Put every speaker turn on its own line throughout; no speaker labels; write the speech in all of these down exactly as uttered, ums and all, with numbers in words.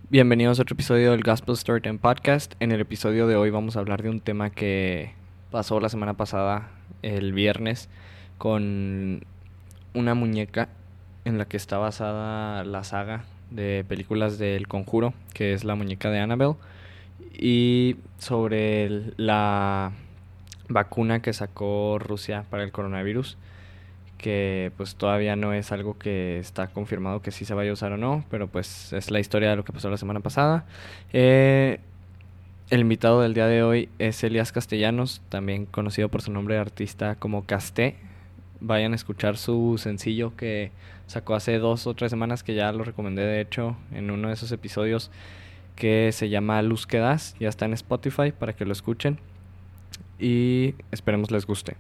Bienvenidos a otro episodio del Gospel Storytime Podcast. En el episodio de hoy vamos a hablar de un tema que pasó la semana pasada, el viernes, con una muñeca en la que está basada la saga de películas del Conjuro, que es la muñeca de Annabelle, y sobre el- la vacuna que sacó Rusia para el coronavirus, que pues todavía no es algo que está confirmado que sí se vaya a usar o no, pero pues es la historia de lo que pasó la semana pasada. Eh, el invitado del día de hoy es Elías Castellanos, también conocido por su nombre de artista como Casté. Vayan a escuchar su sencillo que sacó hace dos o tres semanas, que ya lo recomendé de hecho en uno de esos episodios, que se llama Luz que das. Ya está en Spotify para que lo escuchen y esperemos les guste.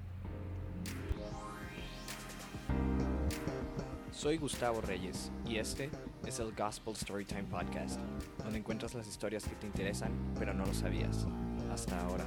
Soy Gustavo Reyes y este es el Gospel Storytime Podcast, donde encuentras las historias que te interesan, pero no lo sabías hasta ahora.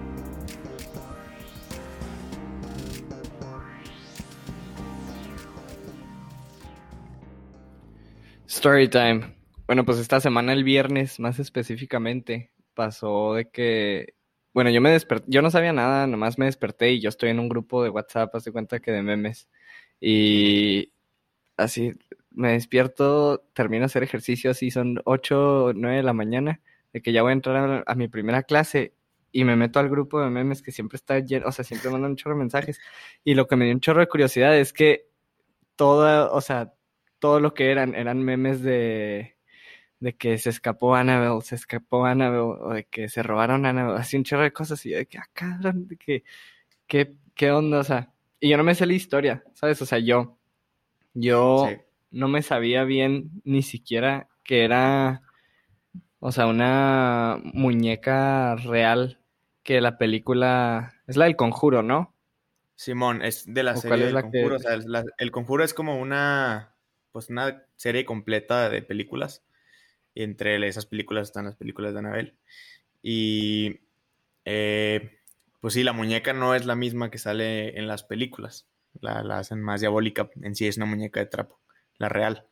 Storytime. Bueno, pues esta semana, el viernes más específicamente, pasó de que, bueno, yo me desperté, yo no sabía nada, nomás me desperté y yo estoy en un grupo de WhatsApp, haz de cuenta que de memes, y así me despierto, termino de hacer ejercicio, así son ocho o nueve de la mañana, de que ya voy a entrar a, a mi primera clase y me meto al grupo de memes que siempre está lleno, o sea, siempre mandan un chorro de mensajes, y lo que me dio un chorro de curiosidad es que todo, o sea, todo lo que eran, eran memes de, de que se escapó Annabelle, se escapó Annabelle, o de que se robaron Annabelle, así un chorro de cosas, y yo de que, ah, cabrón, de que, ¿qué, qué onda? O sea, y yo no me sé la historia, ¿sabes? O sea, yo...
Sí.
Yo no me sabía bien ni siquiera que era, o sea, una muñeca real, que la película es la del Conjuro, ¿no?
Simón, es de la
¿O cuál
serie
es
del
la que...?
Conjuro. O sea, es la- el Conjuro es como una, pues una serie completa de películas. Y entre esas películas están las películas de Annabelle. Y eh, pues sí, la muñeca no es la misma que sale en las películas. La, la hacen más diabólica. En sí es una muñeca de trapo, la real.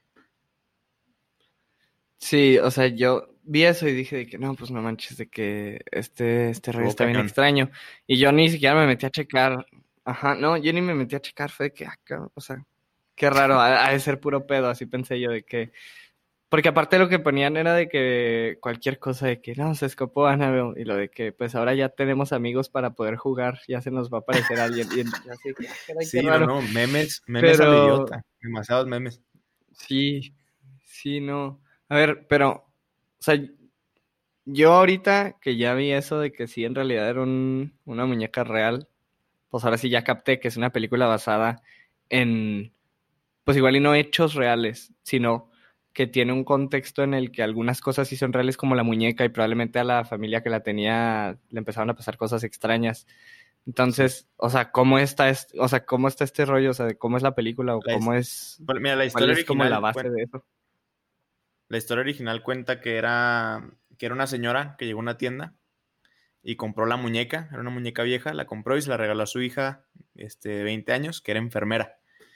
Sí, o sea, yo vi eso y dije de que no, pues no manches, de que este, este rollo
Estuvo
está bien
cañón.
extraño. Y yo ni siquiera me metí a checar, ajá, no, yo ni me metí a checar, fue de que, ah, cabrón, o sea, qué raro, ha, ha de ser puro pedo, así pensé yo de que... Porque aparte lo que ponían era de que cualquier cosa de que no, se escapó Annabelle, y lo de que pues ahora ya tenemos amigos para poder jugar, ya se nos va a aparecer alguien, y yo así, que, ah, caray, qué
Sí, no,
raro.
no, memes, memes a lo
Pero
idiota. Demasiados memes.
sí, sí, no. A ver, pero, o sea, yo ahorita que ya vi eso de que sí en realidad era un, una muñeca real, pues ahora sí ya capté que es una película basada en, pues igual y no hechos reales, sino que tiene un contexto en el que algunas cosas sí son reales, como la muñeca, y probablemente a la familia que la tenía le empezaron a pasar cosas extrañas.
Sí.
Entonces, o sea, ¿cómo está este, o sea, cómo está este rollo? O sea, de ¿cómo es la película o
La
cómo
his-
es,
bueno, mira, la
cuál
historia
es como la
original
base
cuenta.
de eso?
La historia original cuenta que era, que era una señora que llegó a una tienda y compró la muñeca, era una muñeca vieja, la compró y se la regaló a su hija este, de veinte años, que era enfermera.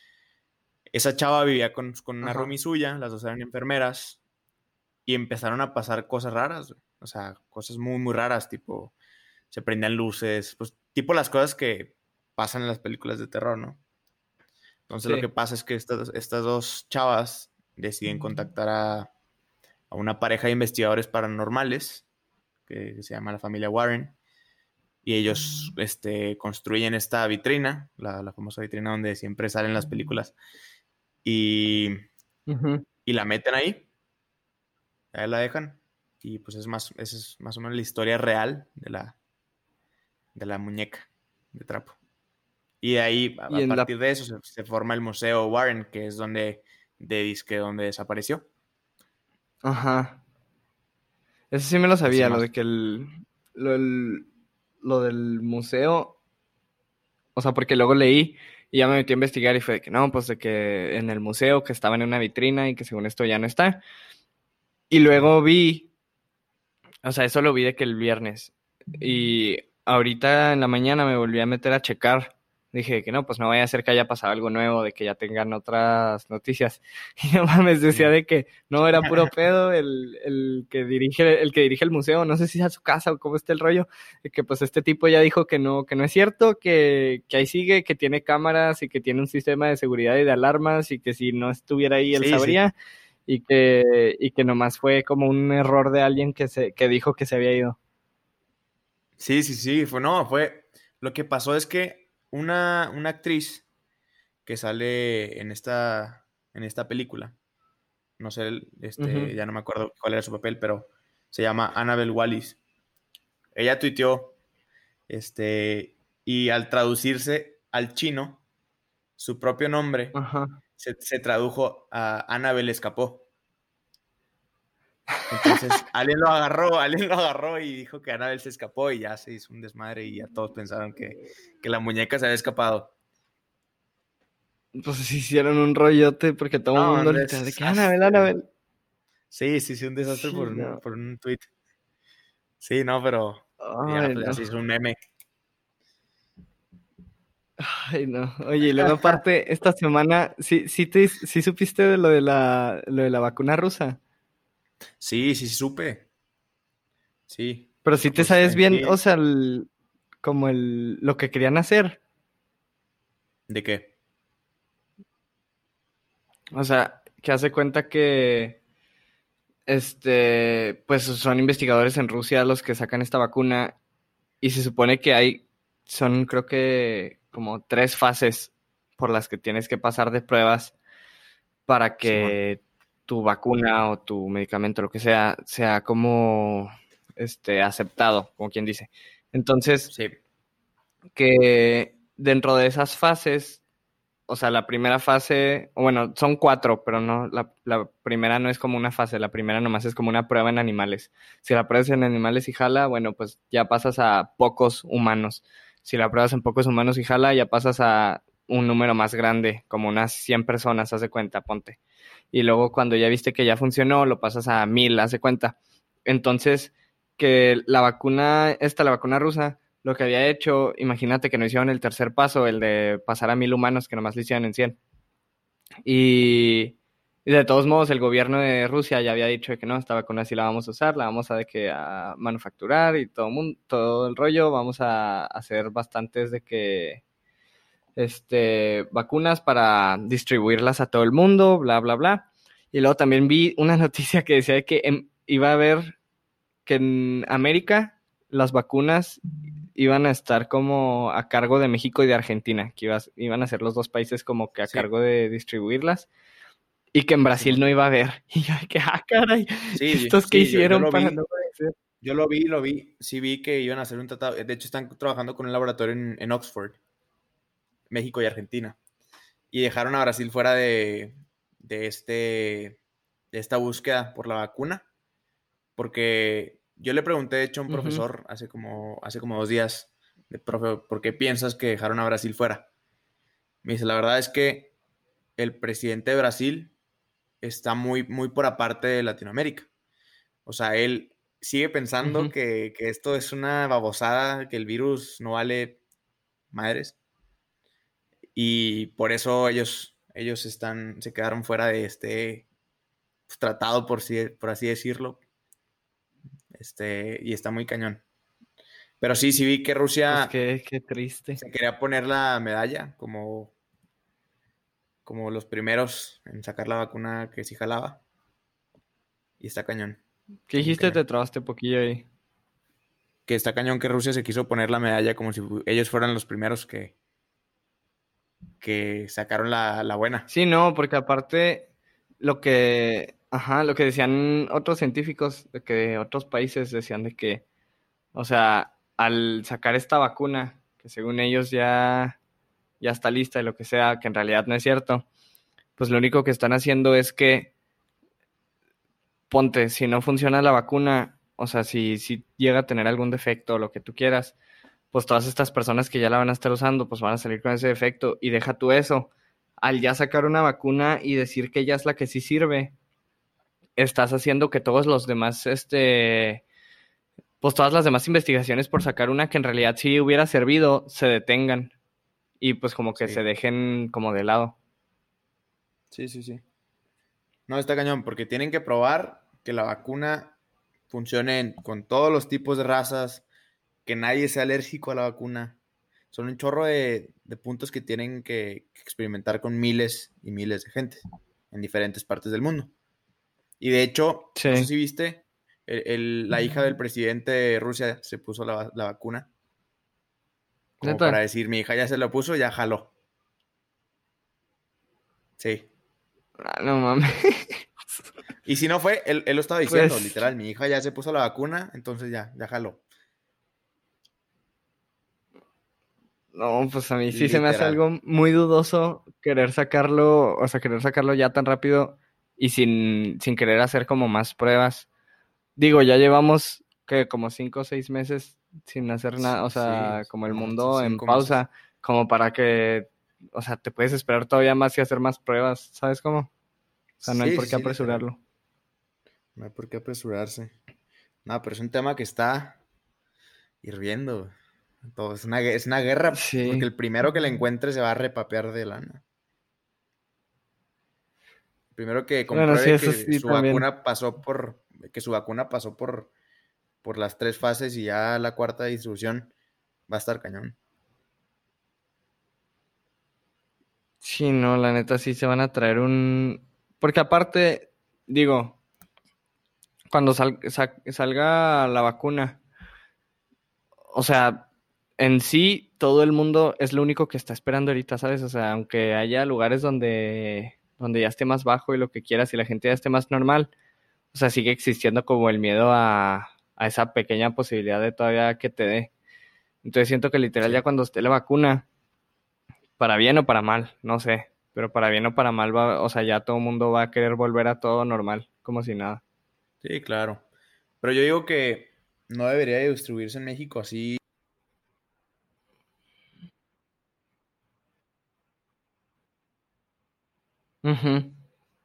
Esa chava vivía con, con una
Ajá.
roomie suya, las dos eran enfermeras, y empezaron a pasar cosas raras, güey. O sea, cosas muy, muy raras, tipo, se prendían luces, pues tipo las cosas que pasan en las películas de terror, ¿no? Entonces lo que
Sí.
pasa es que estas, estas dos chavas deciden contactar a, a una pareja de investigadores paranormales que se llama la familia Warren, y ellos este, construyen esta vitrina, la, la famosa vitrina donde siempre salen las películas, y,
Ujú.
y la meten ahí, ahí la dejan, y pues es más, esa es más o menos la historia real de la, de la muñeca de trapo. Y de ahí, a,
Y
a
en la...
partir de eso, se, se, forma el Museo Warren, que es donde, de disque donde desapareció.
Ajá. Eso sí me lo
Y así
sabía, lo
más.
de que el, lo, el- lo del museo, o sea, porque luego leí y ya me metí a investigar y fue de que no, pues de que en el museo que estaba en una vitrina y que según esto ya no está. Y
Sí.
luego vi, o sea, eso lo vi de que el viernes. Y ahorita en la mañana me volví a meter a checar Dije que no, pues no vaya a ser que haya pasado algo nuevo, de que ya tengan otras noticias. Y no mames, decía de que no, era puro pedo el, el que dirige, el que dirige el museo, no sé si es a su casa o cómo está el rollo, de que pues este tipo ya dijo que no, que no es cierto, que, que ahí sigue, que tiene cámaras y que tiene un sistema de seguridad y de alarmas, y que si no estuviera ahí él
Sí,
sabría,
sí.
y que, y que nomás fue como un error de alguien que se, que dijo que se había ido.
Sí, sí, sí, fue, no, fue, lo que pasó es que una, una actriz que sale en esta, en esta película, no sé, el- este,
Ujú.
ya no me acuerdo cuál era su papel, pero se llama Annabelle Wallis. Ella tuiteó, este, y al traducirse al chino, su propio nombre
Ajá.
se, se tradujo a Annabelle escapó. Entonces, alguien lo agarró, alguien lo agarró y dijo que Annabelle se escapó y ya se hizo un desmadre y ya todos pensaron que, que la muñeca se había escapado.
Pues se hicieron un rollote porque todo el
No,
mundo
un
literal de que Anabel,
desastre.
Anabel.
Sí, sí, sí, un desastre
Sí,
por un,
no.
por un tweet. Sí, no, pero ya,
Ay,
pues
no.
así es un meme.
Ay, no. Oye, y luego aparte, esta semana, ¿sí, sí, te, sí supiste de lo de la, lo de la vacuna rusa?
Sí, sí, sí, supe. Sí,
Pero sí
pero
te
pues
sabes
en
bien, o
sí,
sea, el- como el, lo que querían hacer.
¿de qué?
O sea, que hace cuenta que, este, pues son investigadores en Rusia los que sacan esta vacuna y se supone que hay, son creo que como tres fases por las que tienes que pasar de pruebas para
Simón.
que tu vacuna o tu medicamento, lo que sea, sea como este aceptado, como quien dice. Entonces,
Sí,
que dentro de esas fases, o sea, la primera fase, o bueno, son cuatro, pero no, la, la primera no es como una fase, la primera nomás es como una prueba en animales. Si la pruebas en animales y jala, bueno, pues ya pasas a pocos humanos. Si la pruebas en pocos humanos y jala, ya pasas a un número más grande, como unas cien personas, haz de cuenta, ponte. Y luego cuando ya viste que ya funcionó, lo pasas a mil, haz de cuenta. Entonces, que la vacuna, esta, la vacuna rusa, lo que había hecho, imagínate que no hicieron el tercer paso, el de pasar a mil humanos, que nomás lo hicieron en cien. Y, y de todos modos, el gobierno de Rusia ya había dicho que no, esta vacuna sí la vamos a usar, la vamos a de que a manufacturar y todo, mundo, todo el rollo, vamos a hacer bastantes de que este, vacunas para distribuirlas a todo el mundo, bla, bla, bla. Y luego también vi una noticia que decía que en, iba a haber que en América las vacunas iban a estar como a cargo de México y de Argentina, que ibas, iban a ser los dos países como que a
sí,
cargo de distribuirlas, y que en Brasil
Simón.
no iba a haber. Y yo, que, ah, caray,
Sí,
¿estos qué
sí, yo, yo
hicieron
lo
para
vi,
no padecer?
yo lo vi, lo vi. Sí vi que iban a hacer un tratado. De hecho, están trabajando con un laboratorio en, en Oxford, México y Argentina. Y dejaron a Brasil fuera de, de, este, de esta búsqueda por la vacuna. Porque yo le pregunté, de hecho, a un
Ujú,
profesor hace como, hace como dos días, de profe, ¿por qué piensas que dejaron a Brasil fuera? Me dice, la verdad es que el presidente de Brasil está muy, muy por aparte de Latinoamérica. O sea, él sigue pensando
ujú.
que, que esto es una babosada, que el virus no vale madres. Y por eso ellos, ellos están, se quedaron fuera de este pues, tratado, por, si, por así decirlo. Este, y está muy cañón. Pero sí, sí vi que
Pues
Rusia
qué, qué triste.
se quería poner la medalla como, como los primeros en sacar la vacuna que sí jalaba. Y está cañón.
¿Qué
Está muy
dijiste? Te
cañón.
trabaste poquillo ahí.
Que está cañón que Rusia se quiso poner la medalla como si ellos fueran los primeros que, que sacaron la, la buena.
Sí, no, porque aparte lo que, ajá, lo que decían otros científicos de que de otros países decían de que, o sea, al sacar esta vacuna, que según ellos ya, ya está lista y lo que sea, que en realidad no es cierto, pues lo único que están haciendo es que, ponte, si no funciona la vacuna, o sea, si, si llega a tener algún defecto o lo que tú quieras, pues todas estas personas que ya la van a estar usando, pues van a salir con ese defecto. Y deja tú eso, al ya sacar una vacuna y decir que ella es la que sí sirve, estás haciendo que todos los demás, este, pues todas las demás investigaciones por sacar una que en realidad sí hubiera servido, se detengan. y pues como que
Sí.
se dejen como de lado.
Sí, sí, sí. No, está cañón, porque tienen que probar que la vacuna funcione en- con todos los tipos de razas, que nadie sea alérgico a la vacuna. Son un chorro de, de puntos que tienen que, que experimentar con miles y miles de gente en diferentes partes del mundo. Y de hecho, no sé
Sí.
si viste, el- el- la hija del presidente de Rusia se puso la, va- la vacuna, como para
Neta.
decir, mi hija ya se la puso, ya jaló. Sí.
Ah, no mames.
Y si no fue, él, él lo estaba diciendo,
Pues,
literal, mi hija ya se puso la vacuna, entonces ya, ya jaló.
no, pues a mí sí se me hace
Literal.
algo muy dudoso querer sacarlo, o sea, querer sacarlo ya tan rápido y sin, sin querer hacer como más pruebas. Digo, ya llevamos que como cinco o seis meses sin hacer nada, o
Sí,
sea, como el
no manches,
mundo en
cinco meses.
pausa, como para que, o sea, te puedes esperar todavía más y hacer más pruebas, ¿sabes cómo? O sea, no hay
Sí,
por
sí,
qué
sí, literal.
apresurarlo.
No hay por qué apresurarse. No, pero es un tema que está hirviendo. Todo, es una, gue- es una guerra porque
Sí,
el primero que le encuentre se va a repapear de lana. El primero que
bueno, sí,
compruebe
eso
que
sí
su
también.
vacuna pasó por, que su vacuna pasó por, por las tres fases y ya la cuarta distribución va a estar cañón.
Sí, no, la neta sí se van a traer un... Porque aparte, digo, cuando sal- sa- salga la vacuna, o sea, en sí todo el mundo es lo único que está esperando ahorita, ¿sabes? O sea, aunque haya lugares donde, donde ya esté más bajo y lo que quieras y la gente ya esté más normal, o sea, sigue existiendo como el miedo a, a esa pequeña posibilidad de todavía que te dé. Entonces siento que literal ya
Sí,
cuando esté la vacuna, para bien o para mal, no sé, pero para bien o para mal va, o sea, ya todo el mundo va a querer volver a todo normal, como si nada.
sí, claro. Pero yo digo que no debería de distribuirse en México así.
Ujú.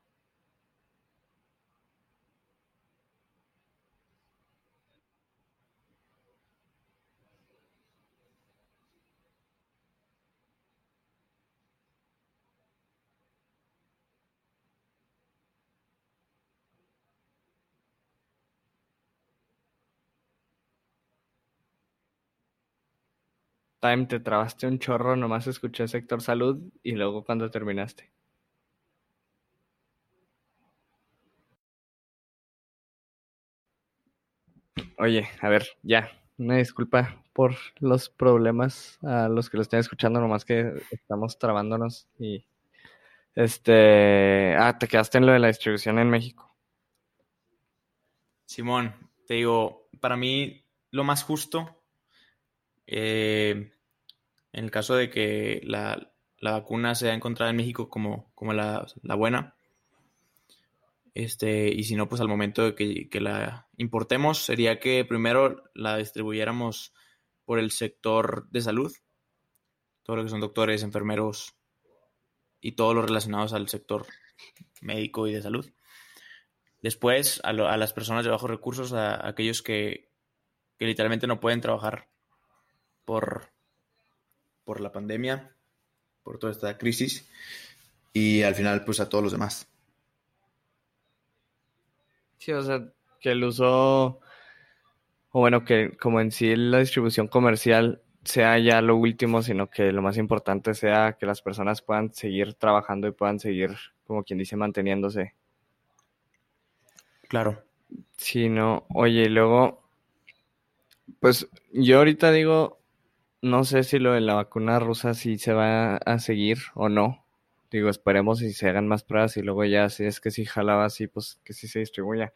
Time, te trabaste un chorro, nomás escuché sector salud y luego cuando terminaste. Oye, a ver, ya, una disculpa por los problemas a los que lo estén escuchando, nomás que estamos trabándonos y este, ah, te quedaste en lo de la distribución en México.
Simón, te digo, para mí lo más justo, eh, en el caso de que la, la vacuna sea encontrada en México como, como la, la buena, este, y si no, pues al momento de que, que la importemos, sería que primero la distribuyéramos por el sector de salud, todo lo que son doctores, enfermeros y todos los relacionados al sector médico y de salud. Después, a, lo, a las personas de bajos recursos, a, a aquellos que, que literalmente no pueden trabajar por, por la pandemia, por toda esta crisis, y al final, pues a todos los demás.
Sí, o sea, que el uso, o bueno, que como en sí la distribución comercial sea ya lo último, sino que lo más importante sea que las personas puedan seguir trabajando y puedan seguir, como quien dice, manteniéndose.
Claro.
Sí, no, oye, y luego, pues yo ahorita digo, no sé si lo de la vacuna rusa sí se va a seguir o no. Digo, esperemos y se hagan más pruebas y luego ya, si es que sí jalaba así, pues que sí se distribuya.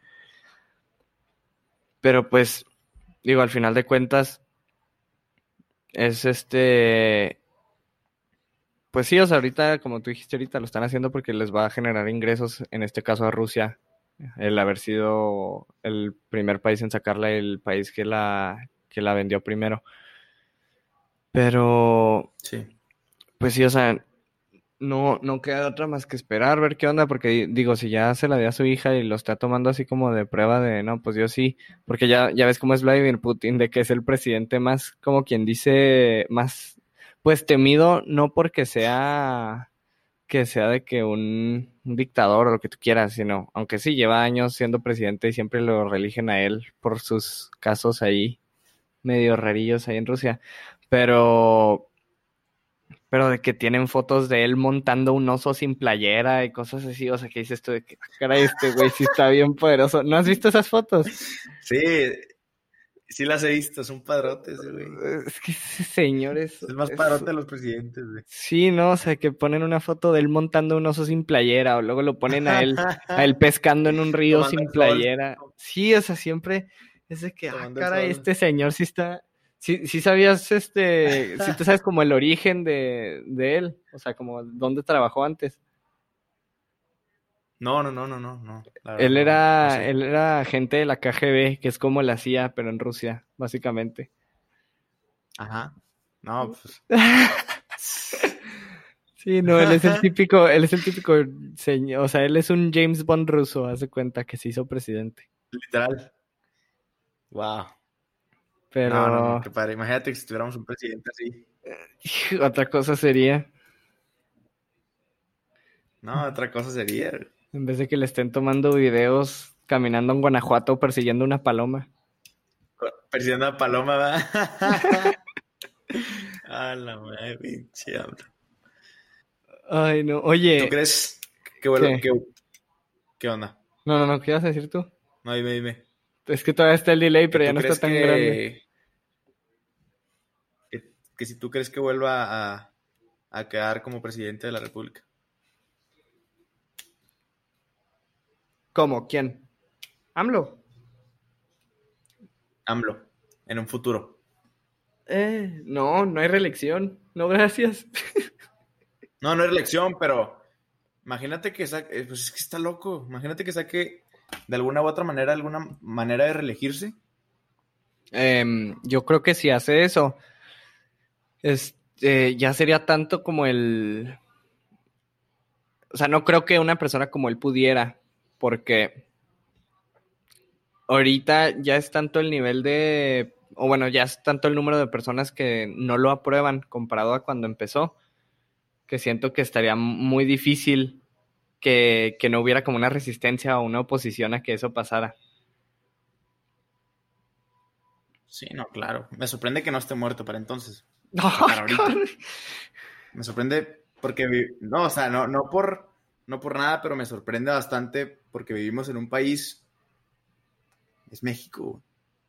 Pero pues, digo, al final de cuentas, es este, pues sí, o sea, ahorita, como tú dijiste ahorita, lo están haciendo porque les va a generar ingresos, en este caso a Rusia, el haber sido el primer país en sacarla, el país que la, que la vendió primero. Pero,
Sí.
pues sí, o sea, no, no queda otra más que esperar, ver qué onda, porque digo, si ya se la dio a su hija y lo está tomando así como de prueba de, no, pues yo sí, porque ya, ya ves cómo es Vladimir Putin, de que es el presidente más, como quien dice, más pues temido no porque sea que sea de que un, un dictador o lo que tú quieras, sino, aunque sí lleva años siendo presidente y siempre lo reeligen a él por sus casos ahí medio rarillos ahí en Rusia, pero pero de que tienen fotos de él montando un oso sin playera y cosas así, o sea, que dices tú de que, caray, este güey sí está bien poderoso. ¿No has visto esas fotos?
Sí, sí las he visto, son padrotes, güey.
Es que ese señor es...
Es el más
es-
padrote de los presidentes, güey.
Sí, ¿no? O sea, que ponen una foto de él montando un oso sin playera o luego lo ponen a él, a él pescando en un río
Tomando
sin
el sol,
playera. Sí, o sea, siempre es de que, ah,
tomando el
caray,
sol.
este señor sí está... Sí, sí sabías, este, sí te sabes como el origen de, de él, o sea, como dónde trabajó antes.
No, no, no, no, no, no. La verdad
Él
no, no
era,
sé.
él era agente de la K G B, que es como la C I A, pero en Rusia, básicamente.
Ajá. No, pues.
Sí, no, él es el típico, él es el típico señor, o sea, él es un James Bond ruso, hace cuenta que se hizo presidente.
Literal. Wow. No, no, no,
Pero
qué padre. Imagínate que si tuviéramos un presidente así.
otra cosa sería,
No, otra cosa sería.
en vez de que le estén tomando videos caminando en Guanajuato persiguiendo una paloma.
Persiguiendo a Paloma, ¿verdad? A la madre, pinche AMLO.
Ay, no,
¿Tú
oye,
crees que vuelva?
¿qué?
Que, ¿qué onda?
No, no, no, ¿qué ibas a decir tú?
No, dime, dime.
Es que todavía está el delay,
¿Que
pero ya
tú
no está
crees
tan grande.
que, que, que si tú crees que vuelva a, a quedar como presidente de la República?
¿Cómo? ¿Quién? ¿AMLO?
AMLO, en un futuro.
Eh, no, no hay reelección. No, gracias.
No, no es elección, pero imagínate que saque, eh, pues es que está loco. Imagínate que saque de alguna u otra manera, alguna manera de reelegirse.
Em, yo creo que si hace eso, este, ya sería tanto como el... O sea, no creo que una persona como él pudiera, porque ahorita ya es tanto el nivel de... O bueno, ya es tanto el número de personas que no lo aprueban comparado a cuando empezó, que siento que estaría muy difícil que, que no hubiera como una resistencia o una oposición a que eso pasara.
Sí, no, claro. Me sorprende que no esté muerto para entonces.
No,
O sea, para ahorita.
cabrón.
Me sorprende porque, vi- no, o sea, no, no por, no por nada, pero me sorprende bastante porque vivimos en un país, es México.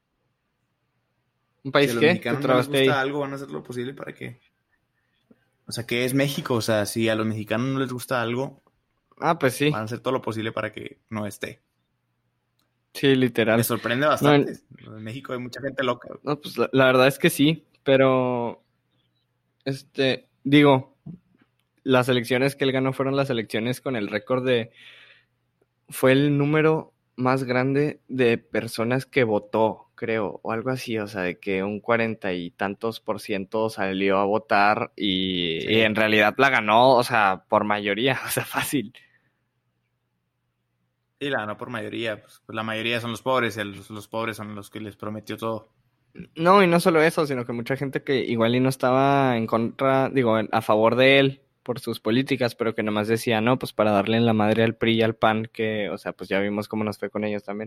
¿Un
Si
país
a los
qué? Te
mexicanos no les
trabaste
gusta
ahí.
algo, van a hacer lo posible para que, o sea, ¿qué es México? O sea, si a los mexicanos no les gusta algo,
Ah, pues sí.
van a hacer todo lo posible para que no esté.
Sí, literal.
Me sorprende
No,
bastante.
en-
En México hay mucha gente loca.
no, pues la, la verdad es que sí, pero este, digo, las elecciones que él ganó fueron las elecciones con el récord de, fue el número más grande de personas que votó, creo, o algo así, o sea, de que un cuarenta y tantos por ciento salió a votar y,
Sí.
y en realidad la ganó, o sea, por mayoría, o sea, fácil.
Sí, la ganó por mayoría. Pues, pues la mayoría son los pobres y los, los pobres son los que les prometió todo.
No, y no solo eso, sino que mucha gente que igual y no estaba en contra, digo, en- a favor de él por sus políticas, pero que nomás decía, no, pues para darle en la madre al P R I y al P A N, que, o sea, pues ya vimos cómo nos fue con ellos también.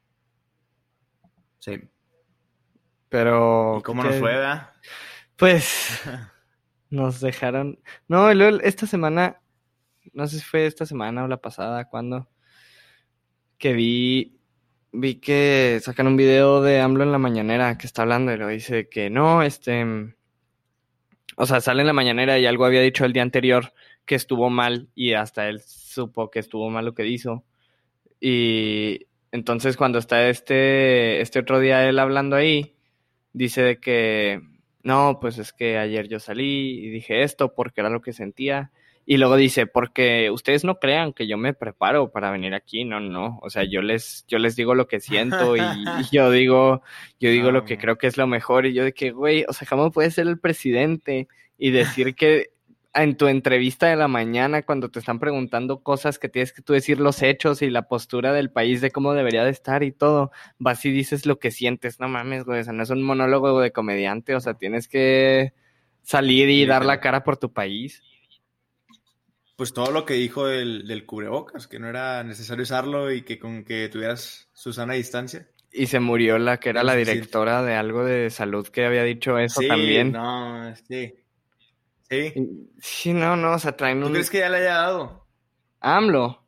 Sí.
Pero,
¿Y cómo
¿qué
nos
te-
fue, verdad?
Pues, nos dejaron... No, y luego esta semana, no sé si fue esta semana o la pasada, cuando, que vi, vi que sacan un video de AMLO en la mañanera que está hablando y lo dice que no, este... O sea, sale en la mañanera y algo había dicho el día anterior que estuvo mal y hasta él supo que estuvo mal lo que hizo. Y entonces cuando está este, este otro día él hablando ahí, dice de que no, pues es que ayer yo salí y dije esto porque era lo que sentía. Y luego dice, porque ustedes no crean que yo me preparo para venir aquí, no, no. O sea, yo les, yo les digo lo que siento y, y yo digo, yo digo lo que
No.
creo que es lo mejor. Y yo de que, güey, o sea, ¿cómo puedes ser el presidente y decir que en tu entrevista de la mañana, cuando te están preguntando cosas que tienes que tú decir los hechos y la postura del país de cómo debería de estar y todo, vas y dices lo que sientes? No mames, güey, o sea, no es un monólogo de comediante, o sea, tienes que salir y dar la
Literal.
cara por tu país.
Pues todo lo que dijo del, del cubrebocas, que no era necesario usarlo y que con que tuvieras su sana distancia,
Y se murió la que era
era
la
suficiente.
directora de algo de salud que había dicho eso
Sí,
también.
no, sí, sí.
Y- Sí, no, no, o sea, traen
¿Tú
un
crees que ya le haya dado?
AMLO.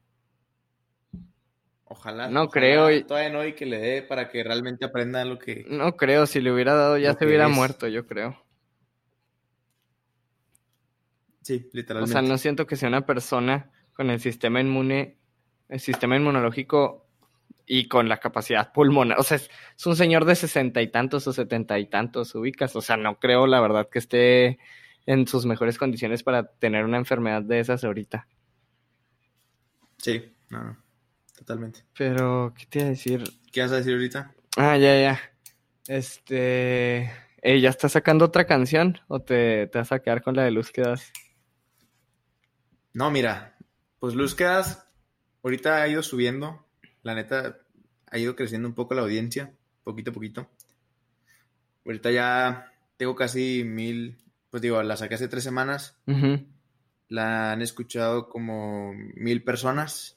Ojalá,
No creo,
ojalá
y-
todavía no y que le dé para que realmente aprenda lo que,
no creo, si le hubiera dado ya
lo
se hubiera
que es.
muerto, yo creo.
Sí,
O sea, no
literalmente.
siento que sea una persona con el sistema inmune, el sistema inmunológico y con la capacidad pulmonar. O sea, es, es un señor de sesenta y tantos o setenta y tantos, ubicas. O sea, no creo, la verdad, que esté en sus mejores condiciones para tener una enfermedad de esas ahorita.
Sí, no, no, totalmente.
Pero, ¿qué te iba a decir?
¿Qué vas a decir ahorita?
Ah, ya, ya. Este. eh, ¿Ya estás sacando otra canción? ¿O te, te vas a quedar con la de Luz que das?
No, mira, pues Luz Quedas ahorita ha ido subiendo, la neta ha ido creciendo un poco la audiencia, poquito a poquito. Ahorita ya tengo casi mil, pues digo, la saqué hace tres semanas,
Ujú.
la han escuchado como mil personas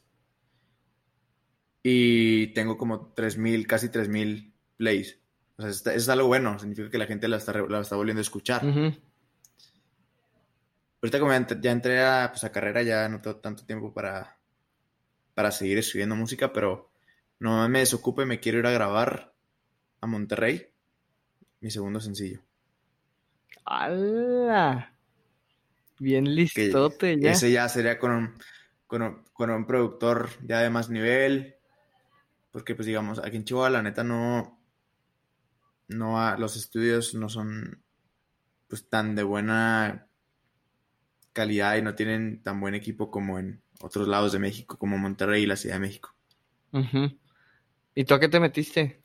y tengo como tres mil, casi tres mil plays. O sea, está- es algo bueno, significa que la gente la está, re- la está volviendo a escuchar.
Ujú.
Ahorita como ya entré, ya entré a, pues, a carrera, ya no tengo tanto tiempo para, para seguir escribiendo música, pero no me desocupo y me quiero ir a grabar a Monterrey, mi segundo sencillo.
¡Hala! Bien
Que
listote ya.
ese ya sería con un, con un, con un productor ya de más nivel, porque pues digamos, aquí en Chihuahua la neta no, no ha- los estudios no son pues tan de buena calidad y no tienen tan buen equipo como en otros lados de México, como Monterrey y la Ciudad de México.
Ujú. ¿Y tú a qué te metiste?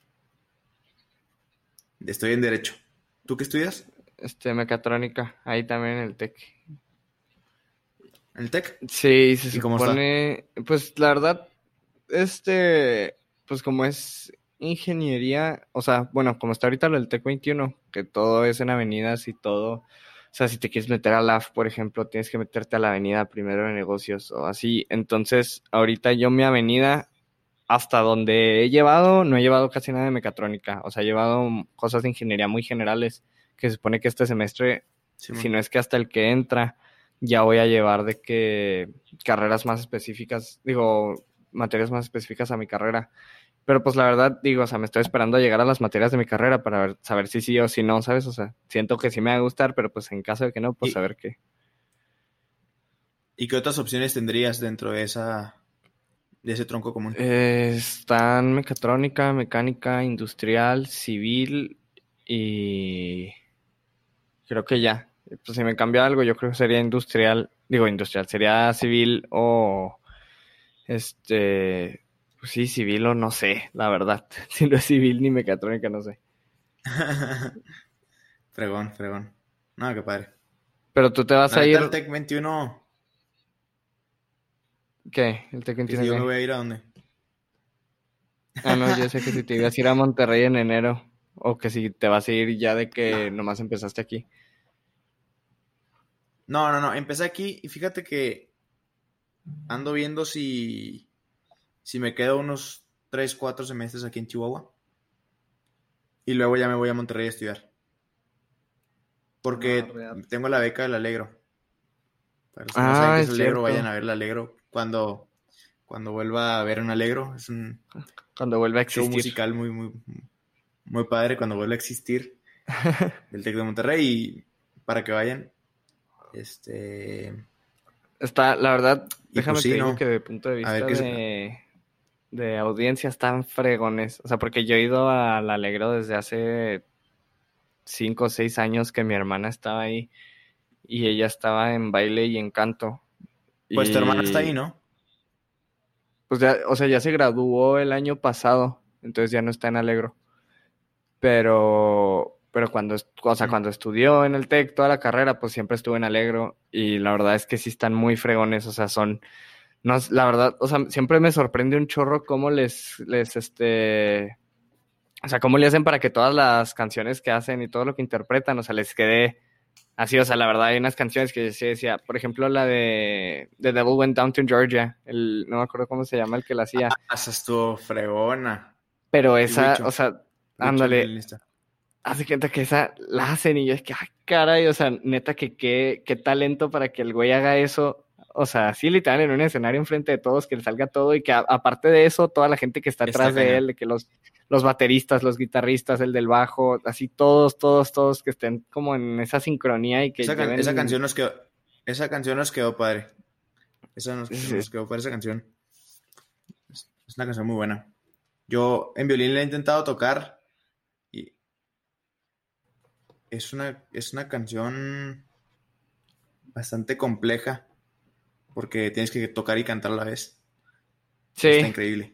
Estoy en Derecho. ¿Tú qué estudias?
Este, mecatrónica, ahí también en el TEC.
¿En el TEC?
Sí, se
¿Y cómo está?
supone, pues la verdad, este, pues como es ingeniería, o sea, bueno, como está ahorita lo del TEC veintiuno, que todo es en avenidas y todo, o sea, si te quieres meter a la F, por ejemplo, tienes que meterte a la avenida primero de negocios o así. Entonces, ahorita yo mi avenida, hasta donde he llevado, no he llevado casi nada de mecatrónica, o sea, he llevado cosas de ingeniería muy generales, que se supone que este semestre, si
Simón.
no es que hasta el que entra, ya voy a llevar de que carreras más específicas, digo, materias más específicas a mi carrera. Pero pues la verdad, digo, o sea, me estoy esperando a llegar a las materias de mi carrera para ver, saber si sí o si no, ¿sabes? O sea, siento que sí me va a gustar, pero pues en caso de que no, pues a
¿Y,
ver qué.
y qué otras opciones tendrías dentro de esa de ese tronco común?
Eh, están mecatrónica, mecánica, industrial, civil y creo que ya. Pues si me cambia algo, yo creo que sería industrial, digo industrial, sería civil o este, pues sí, civil o no sé, la verdad. Si no es civil ni mecatrónica, no sé.
Fregón, fregón. No, qué padre.
Pero tú te vas
La
a
neta,
ir,
el Tec veintiuno,
¿qué? ¿El TEC
que si
veintiuno
yo me
qué?
voy a ir a dónde.
Ah, no, yo sé que si te ibas a ir a Monterrey en enero o que si te vas a ir ya de
No,
que nomás empezaste aquí.
no, no, no. Empecé aquí y fíjate que ando viendo si, si me quedo unos tres cuatro semestres aquí en Chihuahua y luego ya me voy a Monterrey a estudiar.
No,
Porque
real.
tengo la beca del Alegro. Para los que no saben
Ah,
qué es
es
el Alegro, vayan
cierto.
a ver el Alegro cuando, cuando vuelva a ver un Alegro. Es un
Cuando vuelva a
show
existir.
musical muy, muy, muy padre cuando vuelva a existir del Tec de Monterrey y para que vayan. Este,
Está, la verdad,
y pues
déjame te
sí,
digo
¿no?
que de punto de
A ver
vista
qué es.
de, de audiencia están fregones. O sea, porque yo he ido al Alegro desde hace cinco o seis años que mi hermana estaba ahí y ella estaba en baile y en canto.
Pues tu hermana está ahí,
Y
¿no?
pues ya, o sea, ya se graduó el año pasado, entonces ya no está en Alegro. Pero, pero cuando, est- o sea,
Mm.
cuando estudió en el TEC toda la carrera, pues siempre estuve en Alegro y la verdad es que sí están muy fregones, o sea, son, no, es- la verdad, o sea, siempre me sorprende un chorro cómo les, les, este, o sea, cómo le hacen para que todas las canciones que hacen y todo lo que interpretan, o sea, les quede Así, o sea, la verdad hay unas canciones que sí decía, por ejemplo, la de The Devil Went Down to Georgia, el, no me acuerdo cómo se llama el que la hacía.
Ah, esa estuvo fregona.
Pero
Y
esa,
Huicho,
o sea,
Huicho el
ándale,
violinista.
hace cuenta que esa la hacen y yo es que, ah, caray, o sea, neta que qué, qué talento para que el güey haga eso. O sea, sí, literal, en un escenario enfrente de todos, que le salga todo y que a, aparte de eso, toda la gente que está
Está
atrás de
cañón.
él, de que los, los bateristas, los guitarristas, el del bajo, así todos, todos, todos que estén como en esa sincronía y que
Esa, can-
lleven...
esa canción nos quedó, esa canción nos quedó padre. Esa nos,
Sí.
nos quedó padre esa canción. Es, es una canción muy buena. Yo en violín la he intentado tocar y es una, es una canción bastante compleja porque tienes que tocar y cantar a la vez. Está
Sí,
increíble.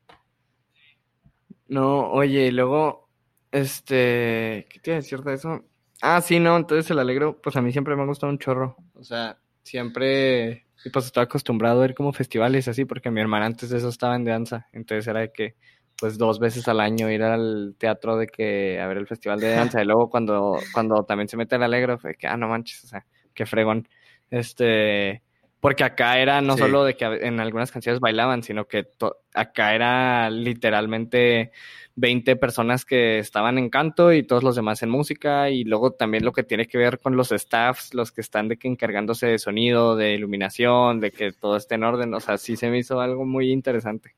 no, oye, y luego, este, ¿qué te iba a decir de eso? Ah, sí, no, entonces el alegro, pues a mí siempre me ha gustado un chorro. O sea, siempre, y pues estoy acostumbrado a ir como festivales así, porque mi hermana antes de eso estaba en danza, entonces era de que, pues dos veces al año ir al teatro de que, a ver el festival de danza, y luego cuando, cuando también se mete el alegro, fue que, ah, no manches, o sea, qué fregón. Este, porque acá era no
Sí.
solo de que en algunas canciones bailaban, sino que to- acá era literalmente veinte personas que estaban en canto y todos los demás en música, y luego también lo que tiene que ver con los staffs, los que están de que encargándose de sonido, de iluminación, de que todo esté en orden. O sea, sí se me hizo algo muy interesante.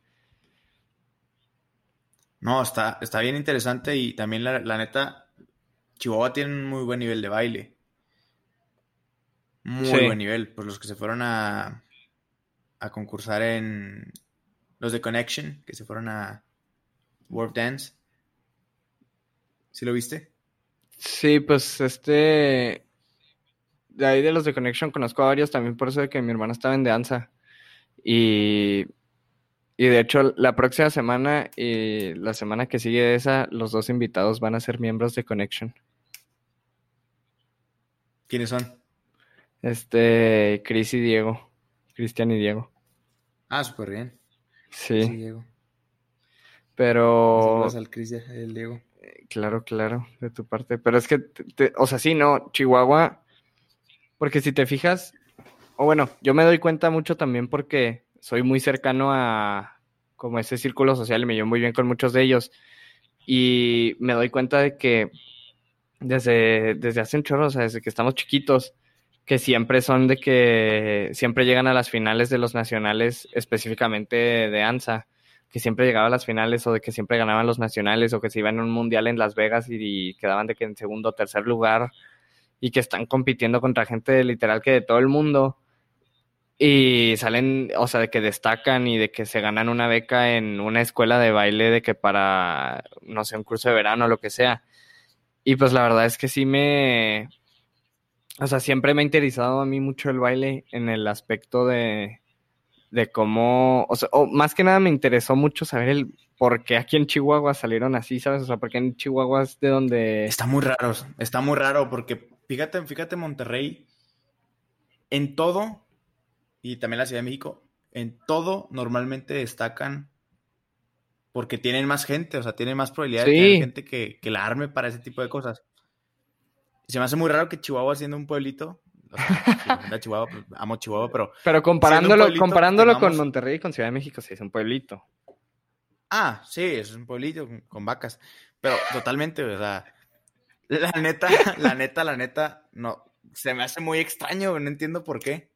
No, está, está bien interesante y también la, la neta, Chihuahua tiene un muy buen nivel de baile. Muy
Sí,
buen nivel. Pues los que se fueron a, a concursar en los de Connection, que se fueron a World Dance. ¿Sí lo viste?
sí, pues este, de ahí de los de Connection conozco a varios también por eso de que mi hermana estaba en danza. Y, y de hecho la próxima semana y la semana que sigue de esa, los dos invitados van a ser miembros de Connection.
¿Quiénes son?
Este, Chris y Diego, Cristian y Diego.
Ah, súper bien. Chris y
Sí,
Diego. Me saludas
pero
al Chris y al Diego.
claro, claro, de tu parte. Pero es que, te- te- o sea, sí, no, Chihuahua, porque si te fijas, o bueno, yo me doy cuenta mucho también porque soy muy cercano a como ese círculo social y me llevo muy bien con muchos de ellos. Y me doy cuenta de que desde, desde hace un chorro, o sea, desde que estamos chiquitos, que siempre son de que siempre llegan a las finales de los nacionales, específicamente de ANSA, que siempre llegaban a las finales o de que siempre ganaban los nacionales o que se iban a un mundial en Las Vegas y, y quedaban de que en segundo o tercer lugar y que están compitiendo contra gente de, literal que de todo el mundo y salen, o sea, de que destacan y de que se ganan una beca en una escuela de baile de que para, no sé, un curso de verano o lo que sea. Y pues la verdad es que sí me, o sea, siempre me ha interesado a mí mucho el baile en el aspecto de, de cómo, o sea, o más que nada me interesó mucho saber el por qué aquí en Chihuahua salieron así, ¿sabes? O sea, porque en Chihuahua es de donde...
Está muy raro, está muy raro porque fíjate, fíjate Monterrey, en todo, y también la Ciudad de México, en todo normalmente destacan porque tienen más gente, o sea, tienen más probabilidad de tener
Sí,
gente que, que la arme para ese tipo de cosas. Se me hace muy raro que Chihuahua siendo un pueblito, o sea, sin ofender a Chihuahua, pues, amo Chihuahua, pero
pero
siendo un
comparándolo,
pueblito, pues
comparándolo con
tengamos...
Monterrey y con Ciudad de México, sí es un pueblito.
Ah, sí, es un pueblito con, con vacas, pero totalmente, o sea, la neta, la neta, la neta, no, se me hace muy extraño, no entiendo por qué.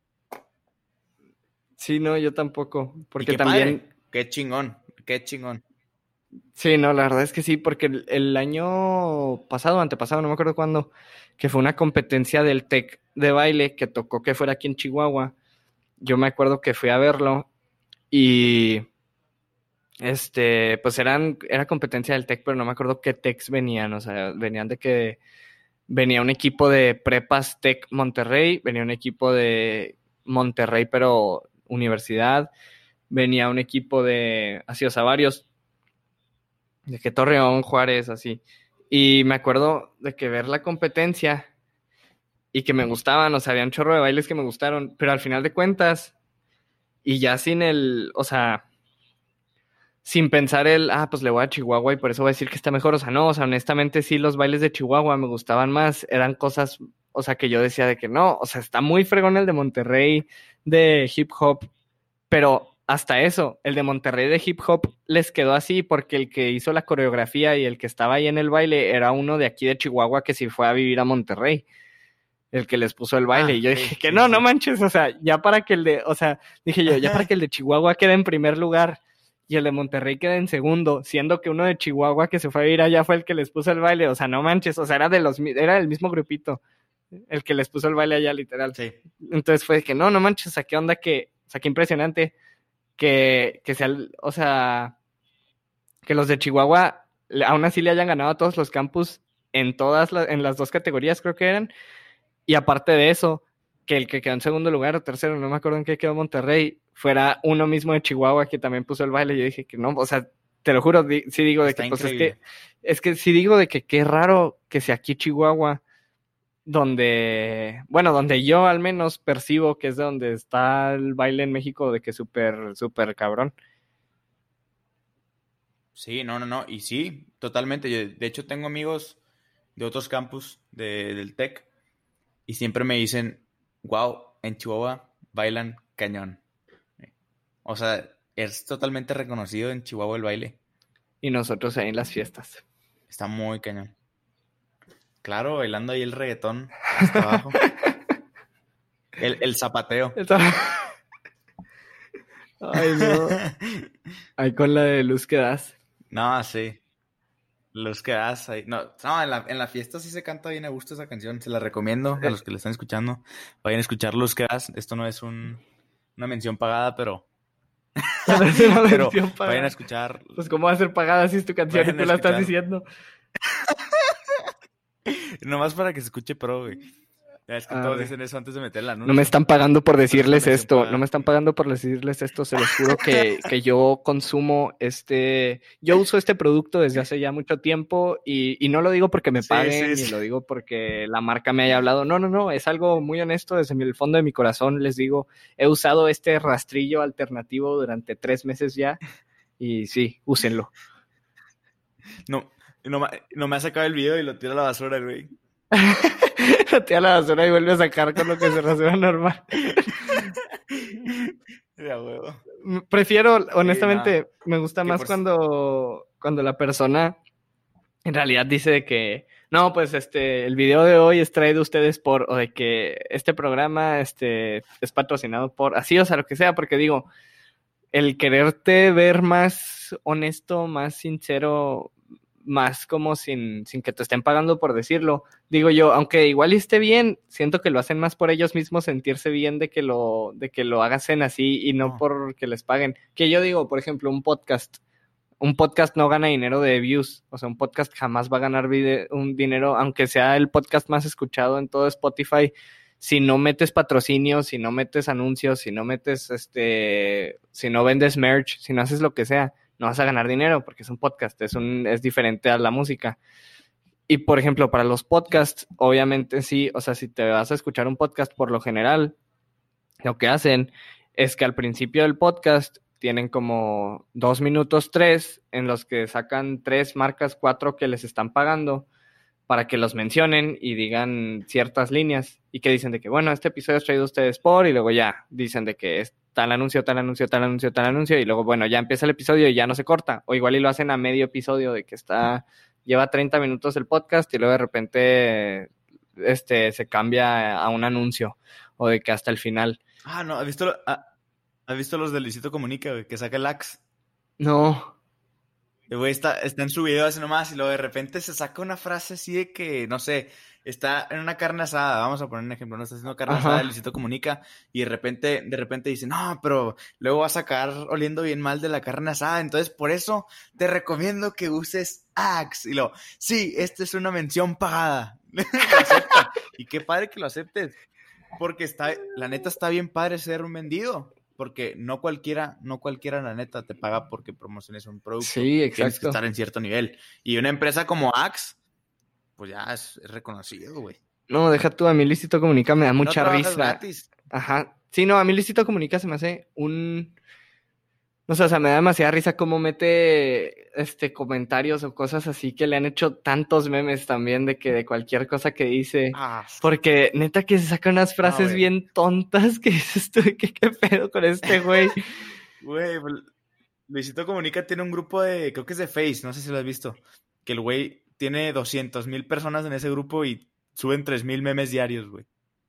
Sí, no, yo tampoco,
Y
porque
qué
también,
padre, qué chingón, qué chingón.
sí, no, la verdad es que sí, porque el, el año pasado, antepasado, no me acuerdo cuándo, que fue una competencia del TEC de baile que tocó que fuera aquí en Chihuahua. Yo me acuerdo que fui a verlo y este, pues eran, era competencia del TEC, pero no me acuerdo qué TECs venían, o sea, venían de que venía un equipo de Prepas TEC Monterrey, venía un equipo de Monterrey, pero universidad, venía un equipo de, así, o sea, varios, de que Torreón, Juárez, así. Y me acuerdo de que ver la competencia y que me gustaban, o sea, había un chorro de bailes que me gustaron, pero al final de cuentas, y ya sin el, o sea, sin pensar el, ah, pues le voy a Chihuahua y por eso voy a decir que está mejor. O sea, no, o sea, honestamente sí, los bailes de Chihuahua me gustaban más. Eran cosas o sea, que yo decía de que no, o sea, está muy fregón el de Monterrey de hip hop, pero hasta eso, el de Monterrey de hip hop les quedó así porque el que hizo la coreografía y el que estaba ahí en el baile era uno de aquí de Chihuahua que sí fue a vivir a Monterrey, el que les puso el baile. Ah, y yo dije sí, que sí, no, sí. no manches, o sea, ya para que el de, o sea, dije yo, ya para que el de Chihuahua quede en primer lugar y el de Monterrey quede en segundo, siendo que uno de Chihuahua que se fue a vivir allá fue el que les puso el baile, o sea, no manches, o sea, era de los, era del mismo grupito, el que les puso el baile allá, literal. Sí. Entonces fue que no, no manches, o sea, qué onda que, o sea, qué impresionante que, que sea, o sea, que los de Chihuahua aún así le hayan ganado a todos los campus en todas las, en las dos categorías creo que eran, y aparte de eso, que el que quedó en segundo lugar o tercero, no me acuerdo en qué quedó Monterrey, fuera uno mismo de Chihuahua que también puso el baile. Yo dije que no, o sea, te lo juro, di, sí digo de Está que, pues es que, es que sí digo de que qué raro que sea aquí Chihuahua, donde, bueno, donde yo al menos percibo que es de donde está el baile en México, de que súper, súper cabrón.
Sí, no, no, no, y sí, totalmente. Yo, de hecho, tengo amigos de otros campus de, del TEC y siempre me dicen, wow, en Chihuahua bailan cañón. O sea, es totalmente reconocido en Chihuahua el baile.
Y nosotros ahí en las fiestas.
Está muy cañón. Claro, bailando ahí el reggaetón hasta abajo. El, el zapateo. El zap...
Ay, no. Ahí con la de luz que das.
No, sí. Luz que das ahí. No, no en, la, en la fiesta sí se canta bien a gusto esa canción. Se la recomiendo a los que la están escuchando. Vayan a escuchar Luz que das. Esto no es un, una mención pagada, pero...
No es una
pero
mención pagada.
Vayan a escuchar...
Pues cómo va a ser pagada si es tu canción y tú la estás diciendo.
Nomás para que se escuche pro, güey. Es que ah, todos dicen eso antes de meter el anuncio.
No me están pagando por decirles esto, pagada. no me están pagando por decirles esto, se los juro que, que yo consumo este, yo uso este producto desde hace ya mucho tiempo y, y no lo digo porque me paguen, sí, sí, sí. ni lo digo porque la marca me haya hablado, no, no, no, es algo muy honesto, desde el fondo de mi corazón les digo, he usado este rastrillo alternativo durante tres meses ya y sí, úsenlo.
No, no, no me ha sacado el video y lo tiro a la basura, güey.
Lo tira a la basura y vuelve a sacar con lo que se rasura normal.
Ya, huevo.
Prefiero, honestamente, sí, no. me gusta más por... cuando, cuando la persona en realidad dice de que no, pues este, el video de hoy es traído a ustedes por, o de que este programa este, es patrocinado por, así, o sea, lo que sea, porque digo, el quererte ver más honesto, más sincero, más como sin, sin que te estén pagando por decirlo. Digo yo, aunque igual esté bien, siento que lo hacen más por ellos mismos sentirse bien de que lo, de que lo hagan así y no, no por que les paguen. Que yo digo, por ejemplo, un podcast. Un podcast no gana dinero de views. O sea, un podcast jamás va a ganar video, un dinero, aunque sea el podcast más escuchado en todo Spotify. Si no metes patrocinios, si no metes anuncios, si no metes, este, si no vendes merch, si no haces lo que sea, no vas a ganar dinero porque es un podcast, es un es diferente a la música. Y, por ejemplo, para los podcasts, obviamente sí, o sea, si te vas a escuchar un podcast por lo general, lo que hacen es que al principio del podcast tienen como dos minutos, tres, en los que sacan tres marcas, cuatro que les están pagando para que los mencionen y digan ciertas líneas y que dicen de que, bueno, este episodio es traído a ustedes por, y luego ya dicen de que es tal anuncio, tal anuncio, tal anuncio, tal anuncio, y luego, bueno, ya empieza el episodio y ya no se corta, o igual y lo hacen a medio episodio de que está, lleva treinta minutos el podcast y luego de repente este se cambia a un anuncio, o de que hasta el final.
Ah, no, ¿has visto, ah, ¿has visto los de Luisito Comunica, güey, que saca el Axe?
No.
El güey está, está en su video así nomás y luego de repente se saca una frase así de que, no sé, está en una carne asada, vamos a poner un ejemplo, no está haciendo carne Ajá. asada, Luisito Comunica, y de repente, de repente dice, no, pero luego vas a acabar oliendo bien mal de la carne asada, entonces por eso te recomiendo que uses Axe. Y luego, sí, esta es una mención pagada. Lo acepta. Y qué padre que lo aceptes, porque está, la neta está bien padre ser un vendido. Porque no cualquiera, no cualquiera, la neta, te paga porque promociones un producto.
Sí, exacto.
Tienes que estar en cierto nivel. Y una empresa como Axe, pues ya es, es reconocido, güey.
No, deja tú, a mí Luisito Comunica me da mucha
no
risa.
Gratis.
Ajá. Sí, no, a mí Luisito Comunica se me hace un... No sé, o sea, me da demasiada risa cómo mete este comentarios o cosas así que le han hecho tantos memes también de que de cualquier cosa que dice.
Ah,
Porque neta que se saca unas frases
güey.
bien tontas que dices tú, ¿qué, qué pedo con este güey?
Güey, pues, Luisito Comunica tiene un grupo de, creo que es de Face, no sé si lo has visto, que el güey tiene doscientos mil personas en ese grupo y suben tres mil memes diarios, güey.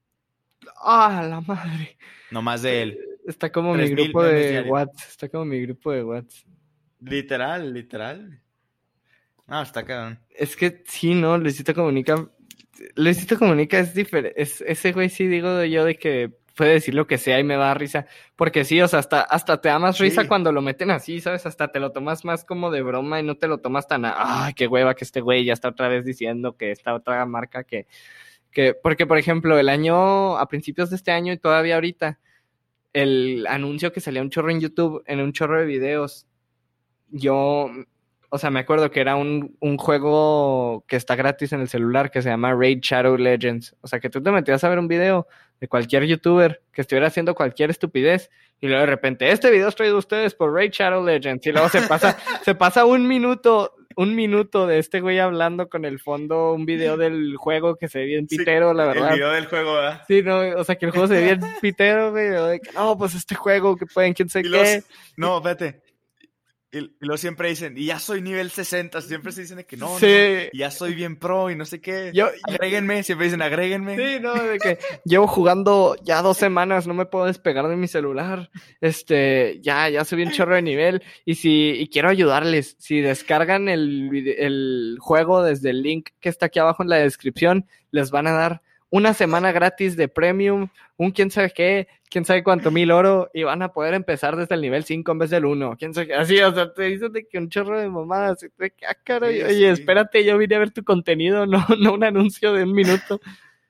¡Ah, la madre!
No más de él.
Está como mi
tres mil
grupo
memes
de
diarios.
WhatsApp. Está como mi grupo de WhatsApp.
Literal, literal. No, está cabrón.
Es que sí, ¿no? Luisito Comunica. Luisito Comunica es diferente. Es, ese güey sí digo yo de que puede decir lo que sea y me da risa. Porque sí, o sea, hasta, hasta te da más
Sí.
risa cuando lo meten así, ¿sabes? Hasta te lo tomas más como de broma y no te lo tomas tan a, ay, qué hueva que este güey ya está otra vez diciendo que esta otra marca que, que, porque por ejemplo, el año, a principios de este año y todavía ahorita, el anuncio que salía un chorro en YouTube, en un chorro de videos, yo, o sea, me acuerdo que era un, un juego que está gratis en el celular que se llama Raid Shadow Legends. O sea, que tú te metías a ver un video de cualquier youtuber que estuviera haciendo cualquier estupidez y luego de repente, este video es traído a ustedes por Raid Shadow Legends. Y luego se pasa, se pasa un minuto, un minuto de este güey hablando con el fondo, un video del juego que se ve bien pitero,
Sí,
la verdad.
El video del juego, ¿verdad?
Sí, no, o sea, que el juego se ve bien pitero, güey. O de que, no, pues este juego que pueden, quién sé
Y
qué.
los, no, espérate. Y, y luego siempre dicen, y ya soy nivel sesenta, siempre se dicen de que no,
Sí.
no, no, y ya soy bien pro y no sé qué.
Yo-
agréguenme, siempre dicen agréguenme.
Sí, no, de que llevo jugando ya dos semanas, no me puedo despegar de mi celular. Este, ya, ya subí un chorro de nivel. Y si, y quiero ayudarles, si descargan el, vide- el juego desde el link que está aquí abajo en la descripción, les van a dar una semana gratis de premium, un quién sabe qué, quién sabe cuánto mil oro, y van a poder empezar desde el nivel cinco en vez del uno. Quién sabe qué. Así, o sea, te dicen de que un chorro de mamadas. Y tú de que, ah, caray,
Sí,
oye,
sí.
espérate, yo vine a ver tu contenido, no, no un anuncio de un minuto.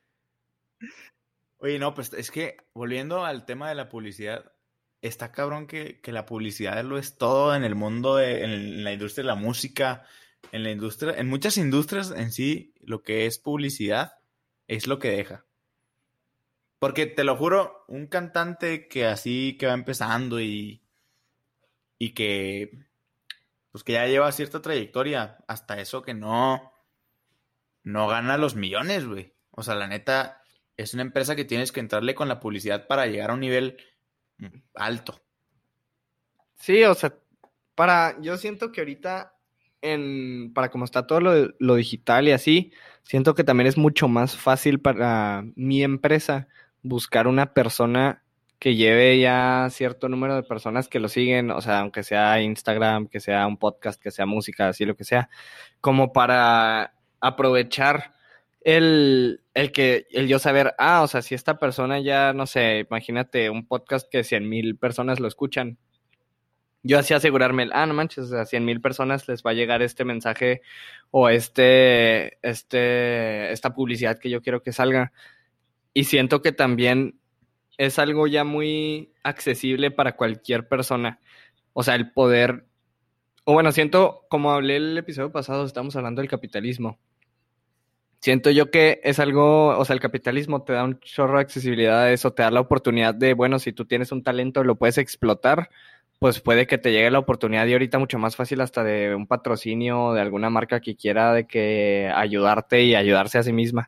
Oye, no, pues es que volviendo al tema de la publicidad, está cabrón que, que la publicidad lo es todo en el mundo, de, en, en la industria de la música, en la industria, en muchas industrias en sí, lo que es publicidad es lo que deja. Porque te lo juro, un cantante que así que va empezando y, y que pues que ya lleva cierta trayectoria, hasta eso que no, no gana los millones, güey. O sea, la neta, es una empresa que tienes que entrarle con la publicidad para llegar a un nivel alto.
Sí, o sea, para, yo siento que ahorita, en, para como está todo lo, lo digital y así, siento que también es mucho más fácil para mi empresa buscar una persona que lleve ya cierto número de personas que lo siguen, o sea, aunque sea Instagram, que sea un podcast, que sea música, así lo que sea, como para aprovechar el, el que, el yo saber, ah, o sea, si esta persona ya, no sé, imagínate un podcast que cien mil personas lo escuchan, yo así asegurarme, ah, no manches, a cien mil personas les va a llegar este mensaje o este, este, esta publicidad que yo quiero que salga. Y siento que también es algo ya muy accesible para cualquier persona. O sea, el poder, o bueno, siento, como hablé el episodio pasado, estamos hablando del capitalismo. Siento yo que es algo, o sea, el capitalismo te da un chorro de accesibilidad a eso, te da la oportunidad de, bueno, si tú tienes un talento, lo puedes explotar, pues puede que te llegue la oportunidad y ahorita mucho más fácil hasta de un patrocinio de alguna marca que quiera de que ayudarte y ayudarse a sí misma.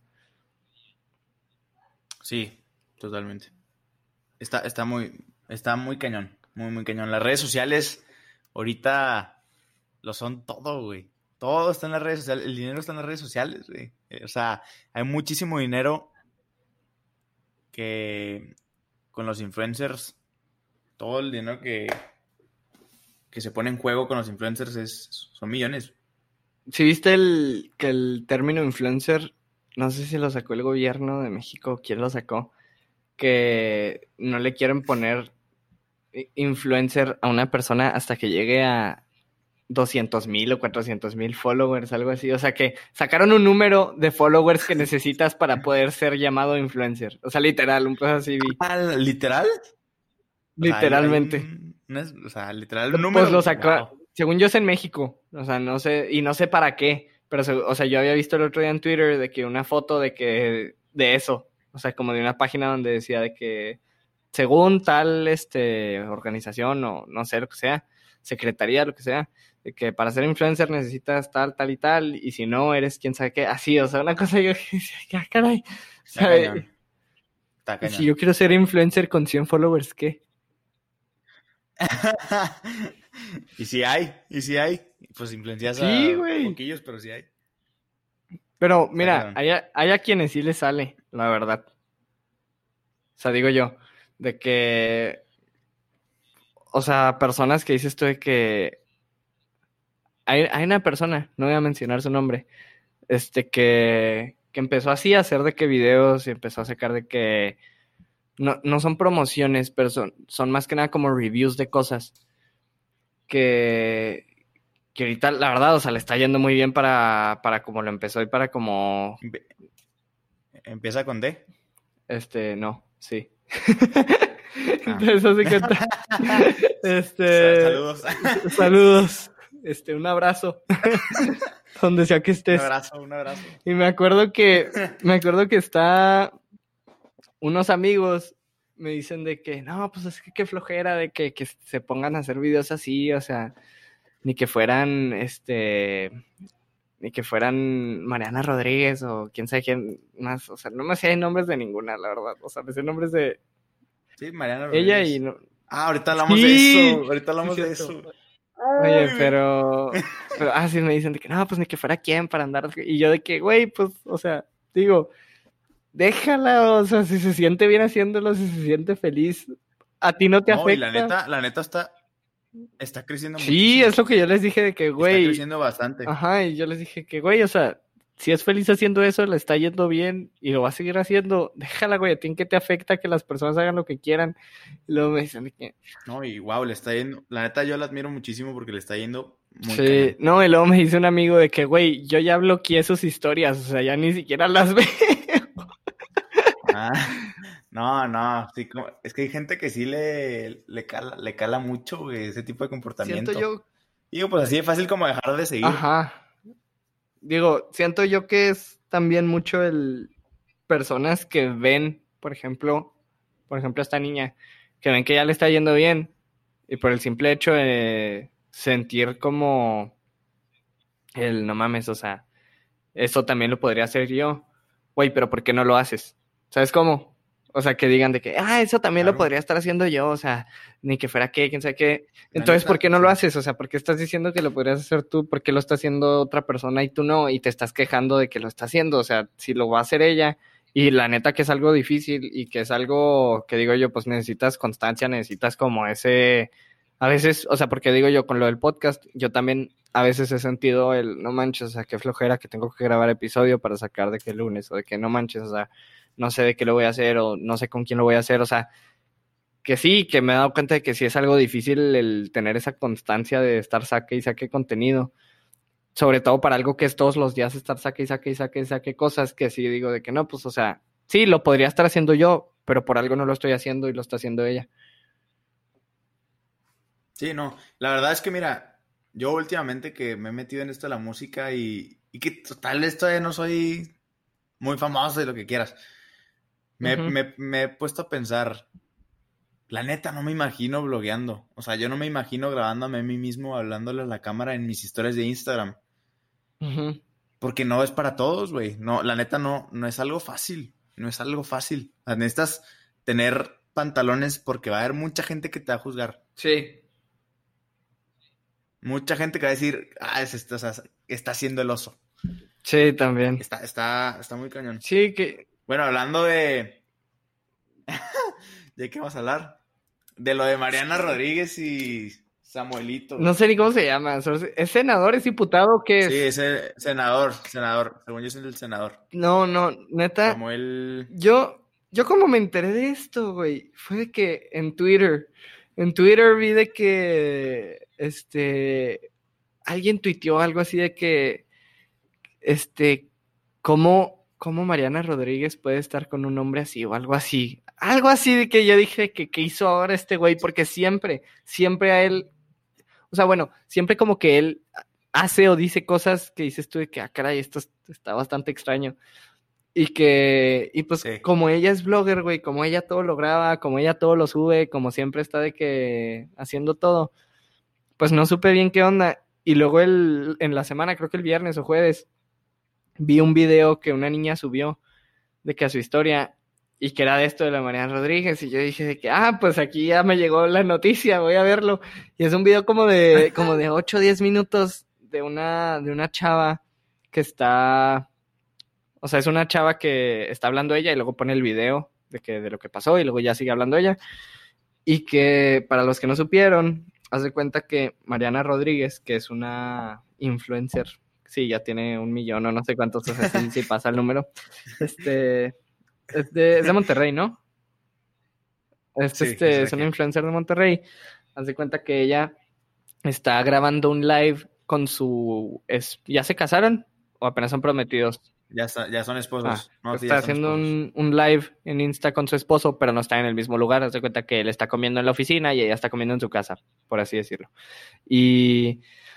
Sí, totalmente. Está, está muy, está muy cañón, muy, muy cañón. Las redes sociales ahorita lo son todo, güey. Todo está en las redes sociales. El dinero está en las redes sociales, güey. O sea, hay muchísimo dinero que con los influencers, todo el dinero que, que se pone en juego con los influencers es, son millones.
Si viste el, que el término influencer, no sé si lo sacó el gobierno de México, quién lo sacó, que no le quieren poner influencer a una persona hasta que llegue a doscientos mil o cuatrocientos mil followers, algo así. O sea que sacaron un número de followers que necesitas para poder ser llamado influencer. O sea, literal, un cosa así vi.
Ah, ¿literal?
Literalmente.
O sea, hay, hay un, una, o sea, literal un número.
Pues lo sacó,
wow.
Según yo es en México. O sea, no sé, y no sé para qué. Pero, o sea, yo había visto el otro día en Twitter de que una foto de que, de eso. O sea, como de una página donde decía de que según tal este organización o no sé lo que sea, secretaría, lo que sea, de que para ser influencer necesitas tal, tal y tal, y si no, eres quién sabe qué, así, o sea, una cosa yo que ah, caray, o
Está
sea,
cañón. Está
y si
cañón.
yo quiero ser influencer con cien followers, ¿qué?
Y si hay, y si hay, pues influencias
Sí,
a
güey.
poquillos, pero sí hay.
Pero
Está
mira,
cabrón.
hay a, hay a quienes sí les sale, la verdad. O sea, digo yo, de que, o sea, personas que dices tú de que hay, hay una persona, no voy a mencionar su nombre, este que, que empezó así a hacer de que videos y empezó a sacar de que no, no son promociones, pero son, son más que nada como reviews de cosas que, que ahorita, la verdad, o sea, le está yendo muy bien para, para como lo empezó y para como,
Empe- Empieza con D.
este, no, sí.
Ah.
Entonces, hace cuenta,
Sa-
este,
Saludos.
saludos, este, un abrazo, donde sea que
Un
estés.
abrazo, un abrazo.
Y me acuerdo que, me acuerdo que está, unos amigos me dicen de que, no, pues es que qué flojera de que, que se pongan a hacer videos así, o sea, ni que fueran, este, ni que fueran Mariana Rodríguez o quién sabe quién más, o sea, no me sé nombres de ninguna, la verdad, o sea, me sé nombres de
Sí, Mariana
ella
Rodríguez.
y no.
Ah, ahorita hablamos de
Sí,
eso. Ahorita
sí,
hablamos de
cierto.
eso.
Oye,
Ay, güey.
pero, pero, ah, sí me dicen de que, no, pues ni que fuera quién para andar, y yo de que, güey, pues, o sea, digo, déjala, o sea, si se siente bien haciéndolo, si se siente feliz, a ti no te
No, y
afecta.
la neta, la neta está, está creciendo
Sí,
muchísimo.
es lo que yo les dije de que,
Está
güey,
creciendo bastante.
ajá, y yo les dije que, güey, o sea, si es feliz haciendo eso, le está yendo bien y lo va a seguir haciendo, déjala, güey, a ti en qué te afecta que las personas hagan lo que quieran. Y luego me dicen de que,
No, y wow, le está yendo. La neta, yo la admiro muchísimo porque le está yendo muy
sí,
cañón.
no, y luego me dice un amigo de que, güey, yo ya bloqueé sus historias, o sea, ya ni siquiera las veo.
Ah, no, no, sí, como- es que hay gente que sí le, le cala, le cala mucho, güey, ese tipo de comportamiento.
Siento yo,
Digo, pues así de fácil como dejar de seguir.
ajá, digo, siento yo que es también mucho el personas que ven, por ejemplo, por ejemplo, esta niña, que ven que ya le está yendo bien y por el simple hecho de sentir como el no mames, o sea, eso también lo podría hacer yo. Güey, pero ¿por qué no lo haces? ¿Sabes cómo? O sea, que digan de que, ah, eso también lo
Claro.
podría estar haciendo yo, o sea, ni que fuera qué, quién sabe qué.
La
Entonces,
neta,
¿por qué no lo
sí.
haces? O sea, ¿por qué estás diciendo que lo podrías hacer tú? ¿Por qué lo está haciendo otra persona y tú no? Y te estás quejando de que lo está haciendo. O sea, si lo va a hacer ella, y la neta que es algo difícil y que es algo que digo yo, pues necesitas constancia, necesitas como ese, a veces, o sea, porque digo yo, con lo del podcast, yo también a veces he sentido el, no manches, o sea, qué flojera que tengo que grabar episodio para sacar de qué lunes, o de que no manches, o sea, no sé de qué lo voy a hacer, o no sé con quién lo voy a hacer, o sea, que sí, que me he dado cuenta de que sí es algo difícil el tener esa constancia de estar saque y saque contenido, sobre todo para algo que es todos los días estar saque y saque y saque y saque cosas, que sí digo de que no, pues, o sea, sí, lo podría estar haciendo yo, pero por algo no lo estoy haciendo y lo está haciendo ella.
Sí, no. La verdad es que, mira, yo últimamente que me he metido en esto de la música y, y que tal vez todavía no soy muy famoso y lo que quieras, me,
Uh-huh.
me, me he puesto a pensar, la neta no me imagino blogueando. O sea, yo no me imagino grabándome a mí mismo, hablándole a la cámara en mis historias de Instagram.
Uh-huh.
Porque no es para todos, güey. No, la neta no, no es algo fácil. No es algo fácil. O sea, necesitas tener pantalones porque va a haber mucha gente que te va a juzgar.
Sí.
Mucha gente que va a decir, ah, es esto, o sea, está haciendo el oso.
Sí, también.
Está, está, está muy cañón.
Sí, que...
Bueno, hablando de... ¿De qué vamos a hablar? De lo de Mariana Rodríguez y Samuelito.
No sé ni cómo se llama. ¿Es senador, es diputado o qué es?
Sí, es el senador, senador. Según yo es el senador.
No, no, neta.
Samuel...
Yo, yo como me enteré de esto, güey, fue de que en Twitter, en Twitter vi de que, este, alguien tuiteó algo así de que, este, cómo, cómo Mariana Rodríguez puede estar con un hombre así o algo así. Algo así de que yo dije que, ¿qué hizo ahora este güey? Porque siempre, siempre a él, o sea, bueno, siempre como que él hace o dice cosas que dices tú de que, ah, caray, esto está bastante extraño. Y que, y pues
Sí.
como ella es blogger, güey, como ella todo lo graba, como ella todo lo sube, como siempre está de que haciendo todo, pues no supe bien qué onda. Y luego el, en la semana, creo que el viernes o jueves, vi un video que una niña subió de que a su historia y que era de esto de la Mariana Rodríguez. Y yo dije de que, ah, pues aquí ya me llegó la noticia, voy a verlo. Y es un video como de, como de ocho o diez minutos de una, de una chava que está, o sea, es una chava que está hablando ella y luego pone el video de, que, de lo que pasó y luego ya sigue hablando ella. Y que para los que no supieron, haz de cuenta que Mariana Rodríguez, que es una influencer, sí, ya tiene un millón o no sé cuántos, o sea, sí, sí pasa el número, este, es de, es de Monterrey, ¿no? Es,
Sí,
este,
es
es una
aquí.
influencer de Monterrey. Haz de cuenta que ella está grabando un live con su... Es, ¿ya se casaron o apenas son prometidos?
Ya, está, ya son
Ah,
esposos. No, sí,
está
ya son
haciendo
esposos.
un, un live en Insta con su esposo, pero no está en el mismo lugar. Haz de cuenta que él está comiendo en la oficina y ella está comiendo en su casa, por así decirlo. Y,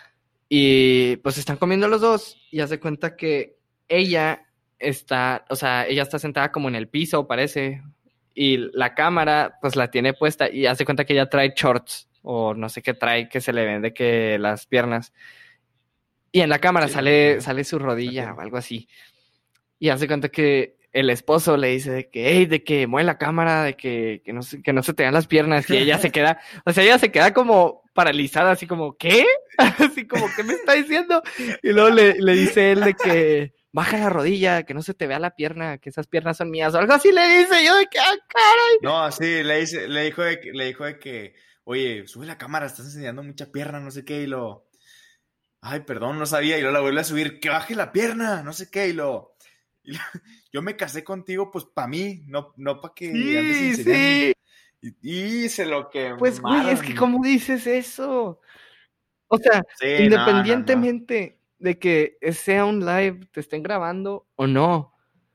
y pues están comiendo los dos y haz de cuenta que ella está, o sea, ella está sentada como en el piso, parece, y la cámara pues la tiene puesta y haz de cuenta que ella trae shorts o no sé qué trae que se le ven de que las piernas. Y en la cámara
Sí, lo que
sale,
trae.
sale su
La
rodilla o
pierna.
algo así. Y hace cuenta que el esposo le dice de que, hey, de que mueve la cámara, de que, que, no se, que no se te vean las piernas. Y ella se queda, o sea, ella se queda como paralizada, así como, ¿qué? Así como, ¿qué me está diciendo? Y luego le, le dice él de que, baja la rodilla, que no se te vea la pierna, que esas piernas son mías. O algo así le dice yo de que, ah, caray.
No, sí, le, dice, le, dijo de que, le dijo de que, oye, sube la cámara, estás enseñando mucha pierna, no sé qué, y lo... Ay, perdón, no sabía, y luego la vuelve a subir, que baje la pierna, no sé qué, y lo... Y lo yo me casé contigo, pues, para mí, no, no para que andes
Sí,
enseñando.
sí.
Y, y se lo
Pues, güey, es que
quemaron.
¿cómo dices eso? O sea,
Sí, no, no, no.
independientemente de que sea un live, te estén grabando o no,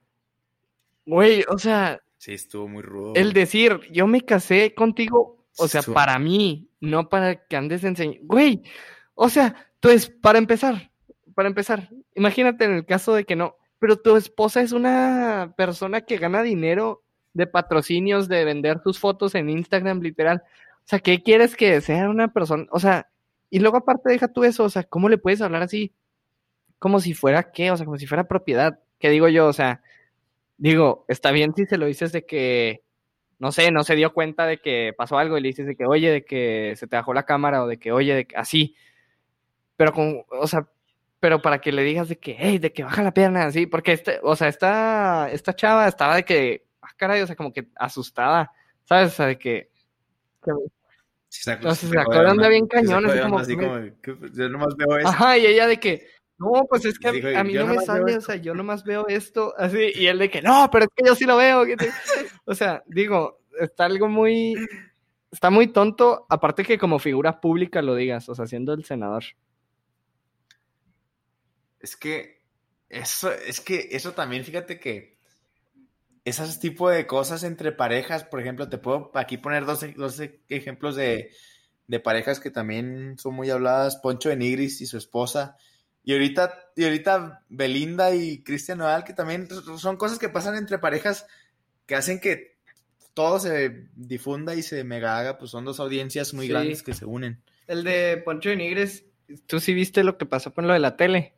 güey, o sea,
Sí, estuvo muy rudo,
el
güey.
decir, yo me casé contigo, o sea,
Estuvo...
para mí, no para que andes enseñando, güey, o sea, entonces, para empezar, para empezar, imagínate en el caso de que no, pero tu esposa es una persona que gana dinero de patrocinios, de vender sus fotos en Instagram, literal. O sea, ¿qué quieres que sea una persona? O sea, y luego aparte deja tú eso, o sea, ¿cómo le puedes hablar así? Como si fuera qué, o sea, como si fuera propiedad. ¿Qué digo yo? O sea, digo, está bien si se lo dices de que, no sé, no se dio cuenta de que pasó algo y le dices de que, oye, de que se te bajó la cámara o de que, oye, de que así, pero con, o sea, pero para que le digas de que, hey, de que baja la pierna, así, porque este, o sea, esta, esta chava estaba de que, ah, caray, o sea, como que asustada, ¿sabes? O sea, de que, que
Sí, sacó,
o
sí
sea, se
sacó
sacó
de
de onda
onda.
bien
Sí
cañón,
sacó
así
de onda,
como,
así
me,
como, que, yo nomás veo eso.
ajá, y ella de que, no, pues es que a,
Dijo,
a mí
yo
no me
nomás veo
sale, o
esto.
sea, yo nomás veo esto, así, y él de que, no, pero es que yo sí lo veo. Que te... O sea, digo, está algo muy, está muy tonto, aparte que como figura pública lo digas, o sea, siendo el senador.
Es que eso, es que eso también, fíjate que esos tipos de cosas entre parejas, por ejemplo, te puedo aquí poner dos, dos ejemplos de, de parejas que también son muy habladas, Poncho de Nigris y su esposa, y ahorita, y ahorita Belinda y Cristian Nodal, que también son cosas que pasan entre parejas que hacen que todo se difunda y se mega haga, pues son dos audiencias muy
Sí.
grandes que se unen.
El de Poncho de Nigres, ¿tú sí viste lo que pasó con lo de la tele?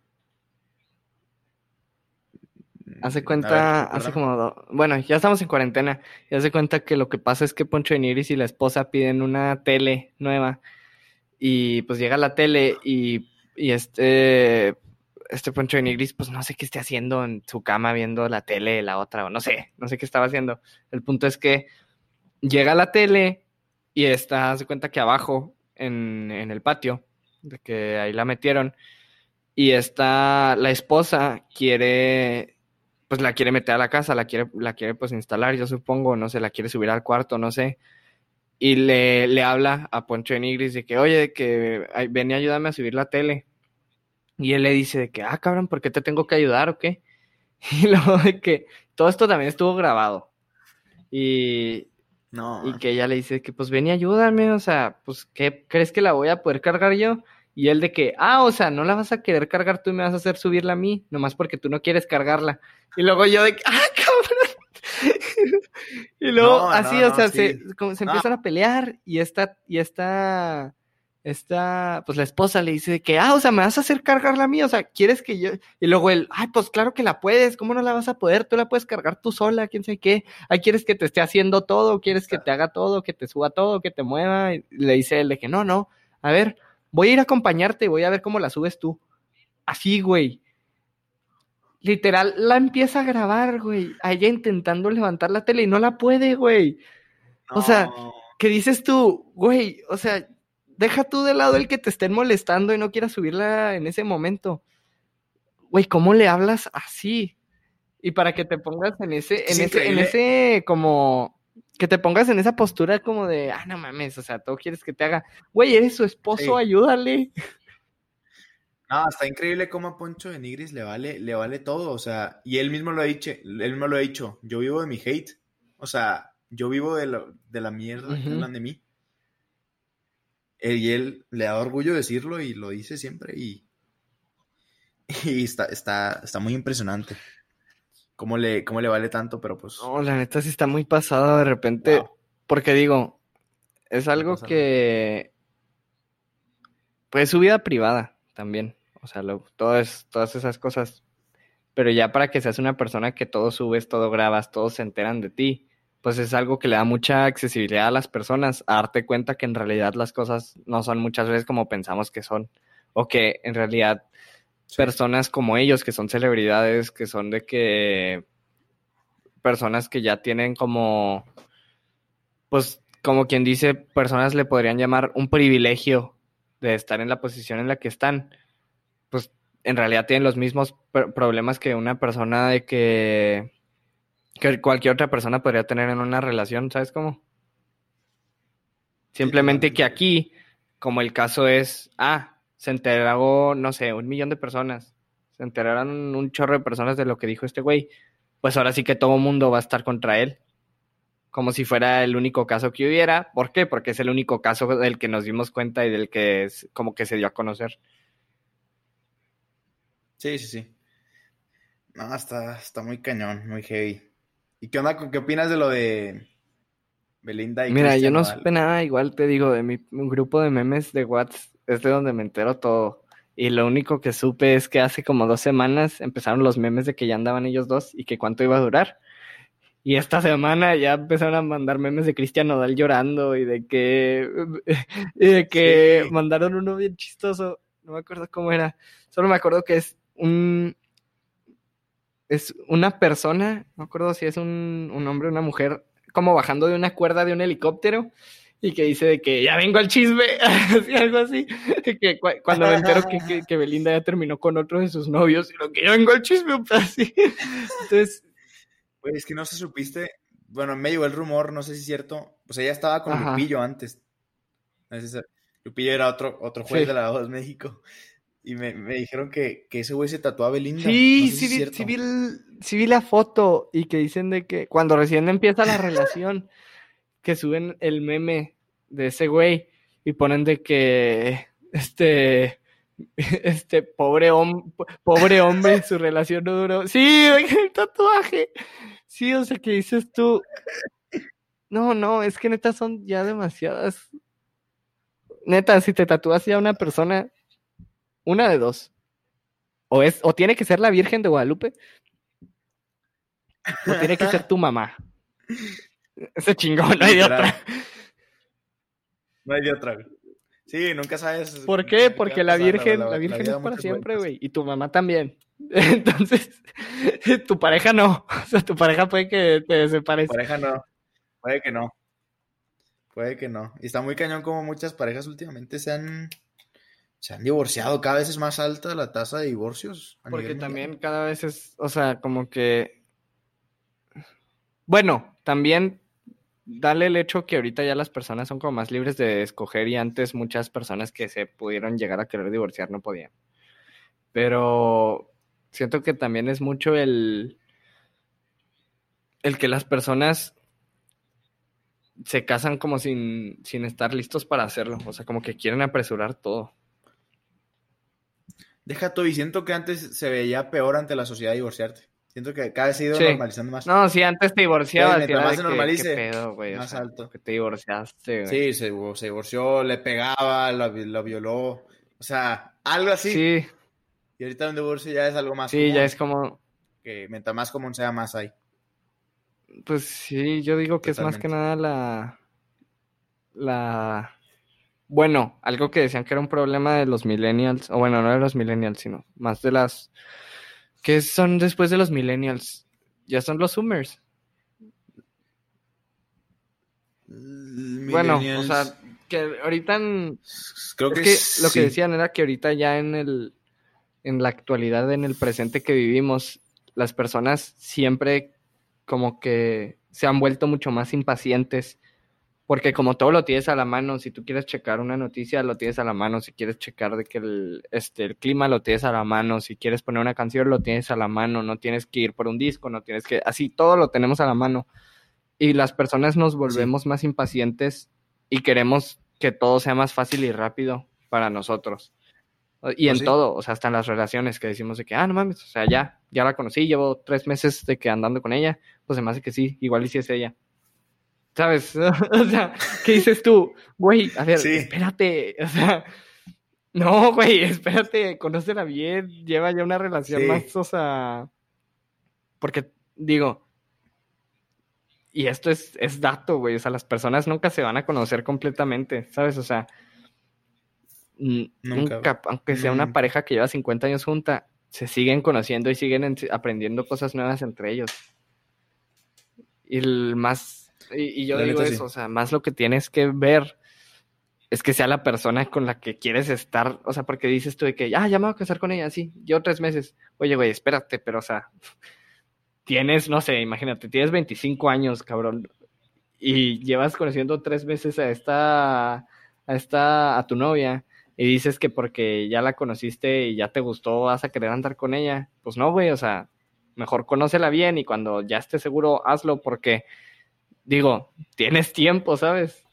Hace
A ver,
cuenta, hace
recuérdame.
como, do... bueno, ya estamos en cuarentena, y hace cuenta que lo que pasa es que Poncho de Nigris y la esposa piden una tele nueva, y pues llega la tele y, y este, este Poncho de Nigris, pues no sé qué esté haciendo en su cama viendo la tele de la otra, o no sé, no sé qué estaba haciendo. El punto es que llega la tele y está, hace cuenta que abajo, en, en el patio, de que ahí la metieron, y está, la esposa quiere, pues la quiere meter a la casa, la quiere, la quiere pues instalar, yo supongo, no sé, la quiere subir al cuarto, no sé. Y le, le habla a Poncho de Nigris de que, oye, de que ay, ven y ayúdame a subir la tele. Y él le dice de que, ah, cabrón, ¿por qué te tengo que ayudar o qué? Y luego de que todo esto también estuvo grabado. Y, y
No,
que ella le dice que, pues ven y ayúdame, o sea, pues, ¿qué crees que la voy a poder cargar yo? Y él de que, ah, o sea, no la vas a querer cargar tú y me vas a hacer subirla a mí, nomás porque tú no quieres cargarla. Y luego yo de que, ah, cabrón. Y luego
no,
así,
no,
o
no,
sea, se,
sí.
como se
No,
empiezan a pelear y esta, y esta esta, pues la esposa le dice que, ah, o sea, me vas a hacer cargar la mía, o sea, ¿quieres que yo? Y luego él, ay, pues claro que la puedes, ¿cómo no la vas a poder? Tú la puedes cargar tú sola, quién sabe qué. Ay, ¿quieres que te esté haciendo todo? ¿Quieres que te haga todo? ¿Que te suba todo? ¿Que te mueva? Y le dice él de que, no, no, a ver, voy a ir a acompañarte y voy a ver cómo la subes tú. Así, güey. Literal, la empieza a grabar, güey, a ella intentando levantar la tele y no la puede, güey. O sea,
No.
¿qué dices tú? Güey, o sea, deja tú de lado el que te estén molestando y no quieras subirla en ese momento. Güey, ¿cómo le hablas así? Y para que te pongas en ese,
Es
en ese, en
increíble.
ese, como, que te pongas en esa postura como de, ah, no mames, o sea, todo quieres que te haga. Güey, eres su esposo,
Sí.
ayúdale.
No, está increíble cómo a Poncho de Nigris le vale, le vale todo, o sea, y él mismo lo ha dicho, él mismo lo ha dicho, yo vivo de mi hate, o sea, yo vivo de, lo, de la mierda que
Ujú.
hablan de mí. Él- y él le da orgullo decirlo y lo dice siempre y, y está, está, está muy impresionante cómo le, cómo le vale tanto, pero pues,
No, la neta sí está muy pasado de repente,
wow,
porque digo, es
se
algo
pasa rápido.
que, pues su vida privada también, o sea, lo, todo es, todas esas cosas, pero ya para que seas una persona que todo subes, todo grabas, todos se enteran de ti, pues es algo que le da mucha accesibilidad a las personas, a darte cuenta que en realidad las cosas no son muchas veces como pensamos que son, o que en realidad
Sí,
personas como ellos, que son celebridades, que son de que personas que ya tienen como, pues como quien dice, personas le podrían llamar un privilegio de estar en la posición en la que están, pues en realidad tienen los mismos pr- problemas que una persona de que, que cualquier otra persona podría tener en una relación, ¿sabes cómo?
sí,
Simplemente que
totalmente.
aquí, como el caso es, ah, se enteró, no sé, un millón de personas, se enteraron un chorro de personas de lo que dijo este güey, pues ahora sí que todo mundo va a estar contra él, como si fuera el único caso que hubiera. ¿Por qué? Porque es el único caso del que nos dimos cuenta y del que es, como que se dio a conocer.
Sí, sí, sí. No, está, está muy cañón, muy heavy. ¿Y qué onda, qué opinas de lo de Belinda y
Mira, yo
Cristian
no
Nodal?
supe nada, igual te digo, de mi un grupo de memes de WhatsApp, es de donde me entero todo. Y lo único que supe es que hace como dos semanas empezaron los memes de que ya andaban ellos dos y que cuánto iba a durar. Y esta semana ya empezaron a mandar memes de Cristian Nodal llorando y de que, y de que
Sí.
mandaron uno bien chistoso, no me acuerdo cómo era, solo me acuerdo que es un, es una persona, no me acuerdo si es un, un hombre o una mujer, como bajando de una cuerda de un helicóptero y que dice de que ya vengo al chisme, así, algo así, que cu- cuando me entero que, que, que Belinda ya terminó con otro de sus novios y lo que ya vengo al chisme, pues así. Entonces,
Güey, es que no se supiste. Bueno, me llegó el rumor, no sé si es cierto. Pues ella estaba con
ajá,
Lupillo antes. No sé si se- Lupillo era otro, otro juez
sí.
de la Voz México. Y me, me dijeron que, que ese güey se tatuó a Belinda. No
Sí,
sé si
sí
es
vi, sí vi,
cierto.
el- sí vi la foto y que dicen de que cuando recién empieza la relación, que suben el meme de ese güey y ponen de que este, este pobre, hom pobre hombre, su relación no duró. Sí, oiga, el tatuaje. Sí, o sea, que dices tú, no, no, es que neta son ya demasiadas. Neta, si te tatúas ya una persona, una de dos. O es, o tiene que ser la Virgen de Guadalupe, o tiene que ser tu mamá. Ese chingón, no hay de otra.
Literal. No hay de otra, güey. Sí, nunca sabes
¿Por qué?
qué, qué va
Porque
a
la
pasar. La,
Virgen, la
la- la
Virgen
vida
es
da
para
muchas
siempre,
vueltas.
güey. Y tu mamá también. Entonces, tu pareja no. O sea, tu pareja puede que te
Tu
separes.
pareja no. Puede que no. Puede que no. Y está muy cañón como muchas parejas últimamente se han, se han divorciado. Cada vez es más alta la tasa de divorcios a nivel
Porque
mundial.
también cada vez es, o sea, como que. Bueno, también dale el hecho que ahorita ya las personas son como más libres de escoger y antes muchas personas que se pudieron llegar a querer divorciar no podían. Pero siento que también es mucho el, el que las personas se casan como sin, sin estar listos para hacerlo. O sea, como que quieren apresurar todo.
Deja todo, y siento que antes se veía peor ante la sociedad divorciarte. Siento que cada vez se ha ido
Sí.
normalizando más.
No, sí, antes te divorciabas.
Güey,
y
mientras
era
más
de
se
que,
normalice,
¿qué pedo, güey? O
más
sea,
alto.
que te divorciaste, güey.
Sí, se, se divorció, le pegaba, lo, vi- lo violó. O sea, algo así.
Sí,
Y ahorita un divorcio ya es algo más
sí,
común.
ya es como...
Que mientras más común sea, más hay.
Pues sí, yo digo que es más que
Totalmente.
nada la... La... Bueno, algo que decían que era un problema de los millennials, o bueno, no de los millennials, sino más de las... ¿Qué son después de los millennials? Ya son los zoomers. Bueno, o sea,
Millennials.
que ahorita en-
Creo
es
que
que lo que
sí.
decían era que ahorita ya en el en la actualidad, en el presente que vivimos, las personas siempre como que se han vuelto mucho más impacientes, porque como todo lo tienes a la mano, si tú quieres checar una noticia, lo tienes a la mano, si quieres checar de que el, este, el clima, lo tienes a la mano, si quieres poner una canción, lo tienes a la mano, no tienes que ir por un disco, no tienes que, así todo lo tenemos a la mano. Y las personas nos
Sí.
volvemos más impacientes y queremos que todo sea más fácil y rápido para nosotros. Y
Pues
en
sí.
todo, o sea, hasta en las relaciones que decimos de que, ah, no mames, o sea, ya, ya la conocí, llevo tres meses de que andando con ella, pues se me hace que sí, igual y si es ella. ¿Sabes? O sea, ¿qué dices tú? Güey, a ver,
Sí.
espérate, o sea, no, güey, espérate, conócela bien, lleva ya una relación
Sí.
más, o sea, porque, digo, y esto es, es dato, güey, o sea, las personas nunca se van a conocer completamente, ¿sabes? O sea, n-
Nunca.
nunca, aunque sea una
Nunca.
pareja que lleva cincuenta años junta, se siguen conociendo y siguen en- aprendiendo cosas nuevas entre ellos. Y el más, y, y yo
La
digo
neta, sí.
eso, o sea, más lo que tienes que ver es que sea la persona con la que quieres estar, o sea, porque dices tú de que, ah, ya me voy a casar con ella, sí, yo tres meses. Oye, güey, espérate, pero, o sea, tienes, no sé, imagínate, tienes veinticinco años, cabrón, y llevas conociendo tres meses a esta, a esta, a tu novia, y dices que porque ya la conociste y ya te gustó vas a querer andar con ella. Pues no, güey, o sea, mejor conócela bien y cuando ya estés seguro, hazlo porque, digo, tienes tiempo, ¿sabes?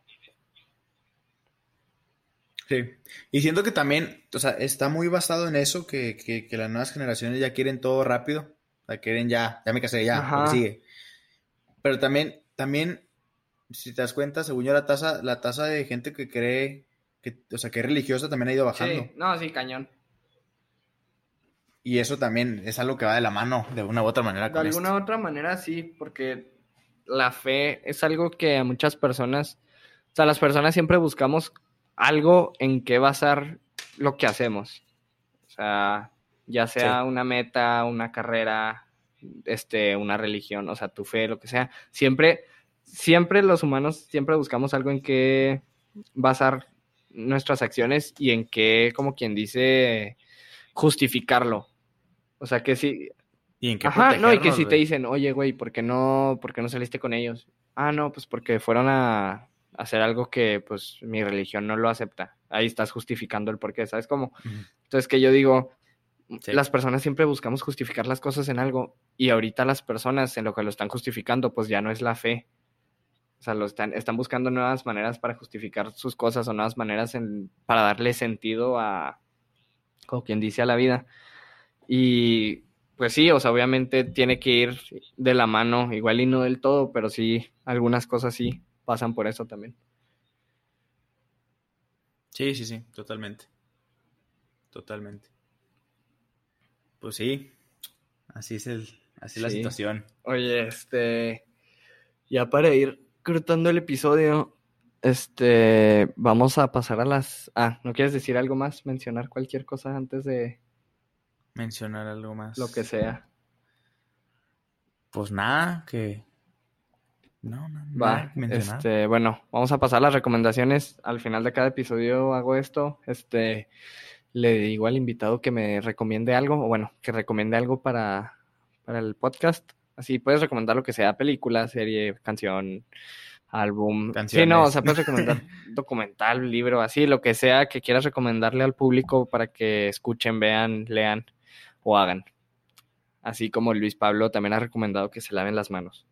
Sí. Y siento que también, o sea, está muy basado en eso, que, que, que las nuevas generaciones ya quieren todo rápido. O sea, quieren ya, ya me casé, ya, lo que
Ajá.
sigue. Pero también, también, si te das cuenta, según yo, la tasa, la tasa de gente que cree, que, o sea, que es religiosa también ha ido bajando.
Sí, no, sí, cañón.
Y eso también es algo que va de la mano, de una u otra manera,
De
con
alguna
esto.
otra manera sí, porque la fe es algo que a muchas personas, o sea, las personas siempre buscamos algo en que basar lo que hacemos. O sea, ya sea
Sí.
una meta, una carrera, este, una religión, o sea, tu fe, lo que sea. Siempre, siempre los humanos siempre buscamos algo en que basar nuestras acciones y en que, como quien dice, justificarlo. O sea, que si,
Y en qué
ajá, no, y que
protegernos,
si te
güey.
dicen, oye, güey, ¿por qué no, por qué no saliste con ellos? Ah, no, pues porque fueron a hacer algo que, pues, mi religión no lo acepta. Ahí estás justificando el por qué, ¿sabes cómo?
Ujú.
Entonces, que yo digo,
Sí.
las personas siempre buscamos justificar las cosas en algo, y ahorita las personas en lo que lo están justificando, pues ya no es la fe. O sea, lo están, están buscando nuevas maneras para justificar sus cosas o nuevas maneras en, para darle sentido a, como quien dice, a la vida. Y pues sí, o sea, obviamente tiene que ir de la mano, igual y no del todo, pero sí, algunas cosas sí pasan por eso también.
Sí, sí, sí, totalmente. Totalmente. Pues sí, así es el, así es la
Sí.
situación.
Oye, este, ya para ir cortando el episodio, este, vamos a pasar a las... Ah, ¿no quieres decir algo más? Mencionar cualquier cosa antes de
Mencionar algo más.
lo que sea.
Pues nada, que... No, no, nada
Va,
que mencionar.
este, bueno, vamos a pasar a las recomendaciones. Al final de cada episodio hago esto. Este, le digo al invitado que me recomiende algo, o bueno, que recomiende algo para, para el podcast. Así puedes recomendar lo que sea, película, serie, canción, álbum. Sí, no, o
Canciones.
sea, puedes recomendar documental, libro, así, lo que sea que quieras recomendarle al público para que escuchen, vean, lean o hagan. Así como Luis Pablo también ha recomendado que se laven las manos.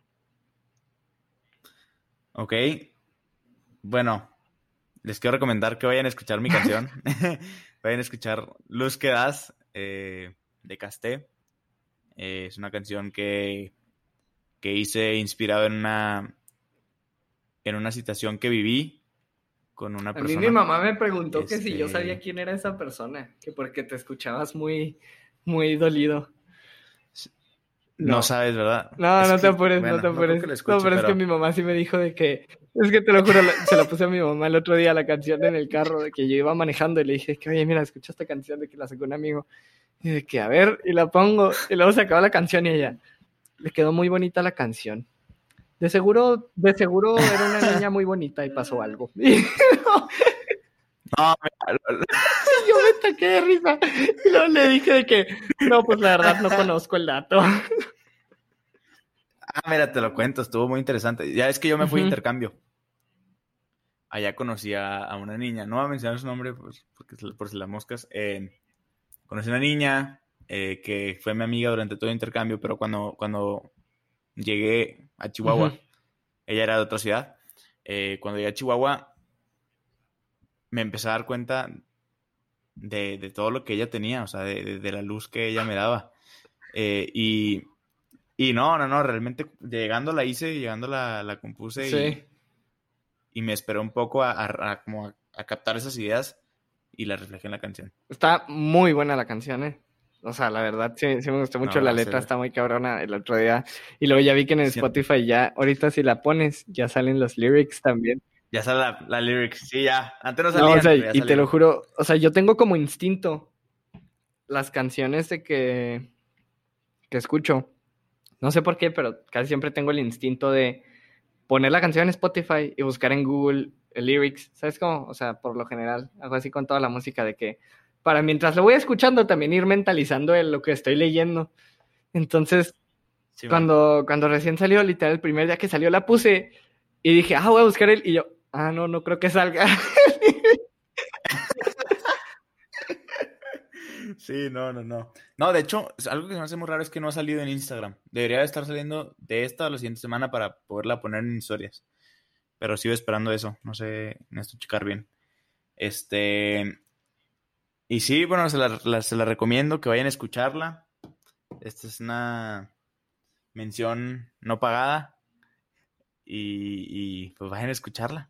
Ok. Bueno, les quiero recomendar que vayan a escuchar mi canción. Vayan a escuchar Luz que das, eh, de Casté. Eh, es una canción que, que hice inspirado en una, en una situación que viví con una
A mí mi
persona.
mamá me preguntó que si yo sabía
Este,
quién era esa persona, que porque te escuchabas muy, muy dolido.
no
No,
sabes, ¿verdad?
no,
Es
no te
que,
apures, no
bueno,
te
no creo
apures.
que lo
No,
escuche,
pero es que
pero...
mi mamá sí me dijo de que, es que te lo juro, la- se la puse a mi mamá el otro día la canción en el carro, de que yo iba manejando y le dije que, oye, mira, escucha esta canción de que la sacó un amigo. Y de que, a ver, y la pongo, y luego se acaba la canción y ella, le quedó muy bonita la canción. De seguro, de seguro era una niña muy bonita y pasó algo.
No,
Y yo me taqué de risa. Y luego le dije de que, no, pues la verdad no conozco el dato.
ah, mira, te lo cuento, estuvo muy interesante. Ya es que yo me fui de
Ujú.
intercambio. Allá conocí a, a una niña. No voy a mencionar su nombre pues, porque, por si las moscas. Eh, conocí a una niña eh, que fue mi amiga durante todo el intercambio, pero cuando, cuando llegué a
Ujú.
Chihuahua, ella era de otra ciudad. Eh, cuando llegué a Chihuahua, me empecé a dar cuenta de, de todo lo que ella tenía, o sea, de, de, de la luz que ella me daba. Eh, y, y no, no, no, realmente llegando la hice, llegando la, la compuse y,
Sí.
y me esperé un poco a, a, a como a, a captar esas ideas y las reflejé en la canción.
Está muy buena la canción, ¿eh? O sea, la verdad, sí, sí me gustó mucho.
No,
La letra
gracias.
está muy cabrona el otro día. Y luego ya vi que en
Sí,
Spotify ya, ahorita si la pones, ya salen los lyrics también.
ya sale la, la lyrics. Sí, ya. Antes no
No, o
salían,
sea,
pero ya
y te lo
salieron.
juro, o sea, yo tengo como instinto las canciones de que, que escucho. No sé por qué, pero casi siempre tengo el instinto de poner la canción en Spotify y buscar en Google el lyrics, ¿sabes cómo? O sea, por lo general, hago así con toda la música de que para mientras lo voy escuchando también ir mentalizando en lo que estoy leyendo. Entonces,
Sí, man.
cuando, cuando recién salió, literal, el primer día que salió la puse y dije, ah, voy a buscar el, y yo, ah, no, no creo que salga.
Sí, no, no, no. No, de hecho, algo que me hace muy raro es que no ha salido en Instagram. Debería de estar saliendo de esta a la siguiente semana para poderla poner en historias. Pero sigo esperando eso. No sé, necesito checar bien. Este. Y sí, bueno, se la, la- se la recomiendo que vayan a escucharla. Esta es una mención no pagada. Y, y pues vayan a escucharla.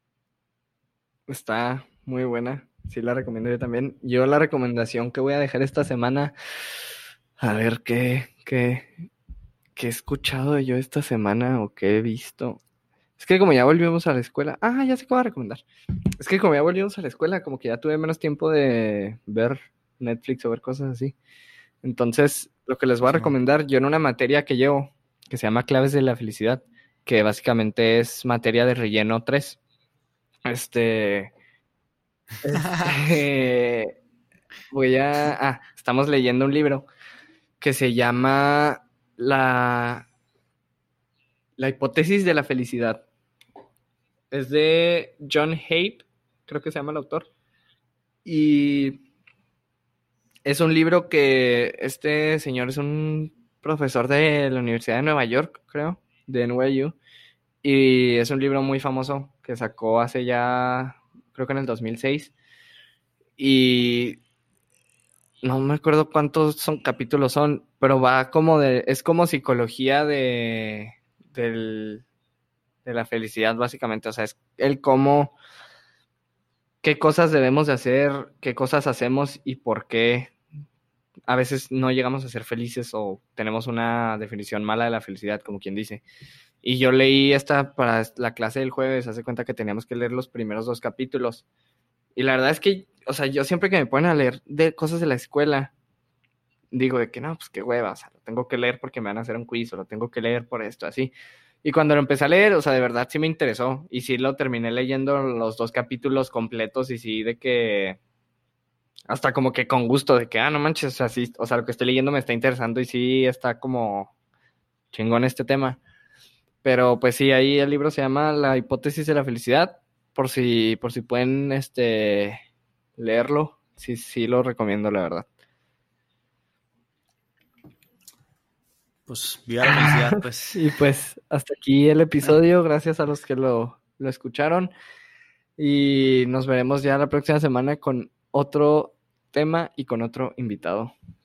Está muy buena, sí la recomiendo yo también. Yo la recomendación que voy a dejar esta semana, a ver qué, qué, qué he escuchado yo esta semana o qué he visto. Es que como ya volvimos a la escuela, ah, ya sé qué voy a recomendar. Es que como ya volvimos a la escuela, como que ya tuve menos tiempo de ver Netflix o ver cosas así. Entonces, lo que les voy a
Sí, man.
recomendar, yo en una materia que llevo, que se llama Claves de la Felicidad, que básicamente es materia de relleno tres. Este, este, voy a, ah, estamos leyendo un libro que se llama La, la hipótesis de la felicidad. Es de John Haidt, creo que se llama el autor. Y es un libro que este señor es un profesor de la Universidad de Nueva York, creo, de N Y U. Y es un libro muy famoso que sacó hace ya, creo que en el dos mil seis. Y no me acuerdo cuántos son capítulos son, pero va como de, es como psicología de, del, de la felicidad, básicamente. O sea, es el cómo, qué cosas debemos de hacer, qué cosas hacemos y por qué a veces no llegamos a ser felices o tenemos una definición mala de la felicidad, como quien dice. Y yo leí esta para la clase del jueves, hace cuenta que teníamos que leer los primeros dos capítulos. Y la verdad es que, o sea, yo siempre que me ponen a leer de cosas de la escuela, digo de que no, pues qué hueva, o sea, lo tengo que leer porque me van a hacer un quiz o lo tengo que leer por esto, así. Y cuando lo empecé a leer, o sea, de verdad sí me interesó y sí lo terminé leyendo los dos capítulos completos y sí de que hasta como que con gusto de que, ah, no manches, o sea, sí, o sea, lo que estoy leyendo me está interesando y sí está como chingón este tema. Pero pues sí, ahí el libro se llama La hipótesis de la felicidad, por si por si pueden este leerlo, sí sí lo recomiendo, la verdad.
Pues viva la felicidad, pues.
Y pues hasta aquí el episodio, gracias a los que lo, lo escucharon y nos veremos ya la próxima semana con otro tema y con otro invitado.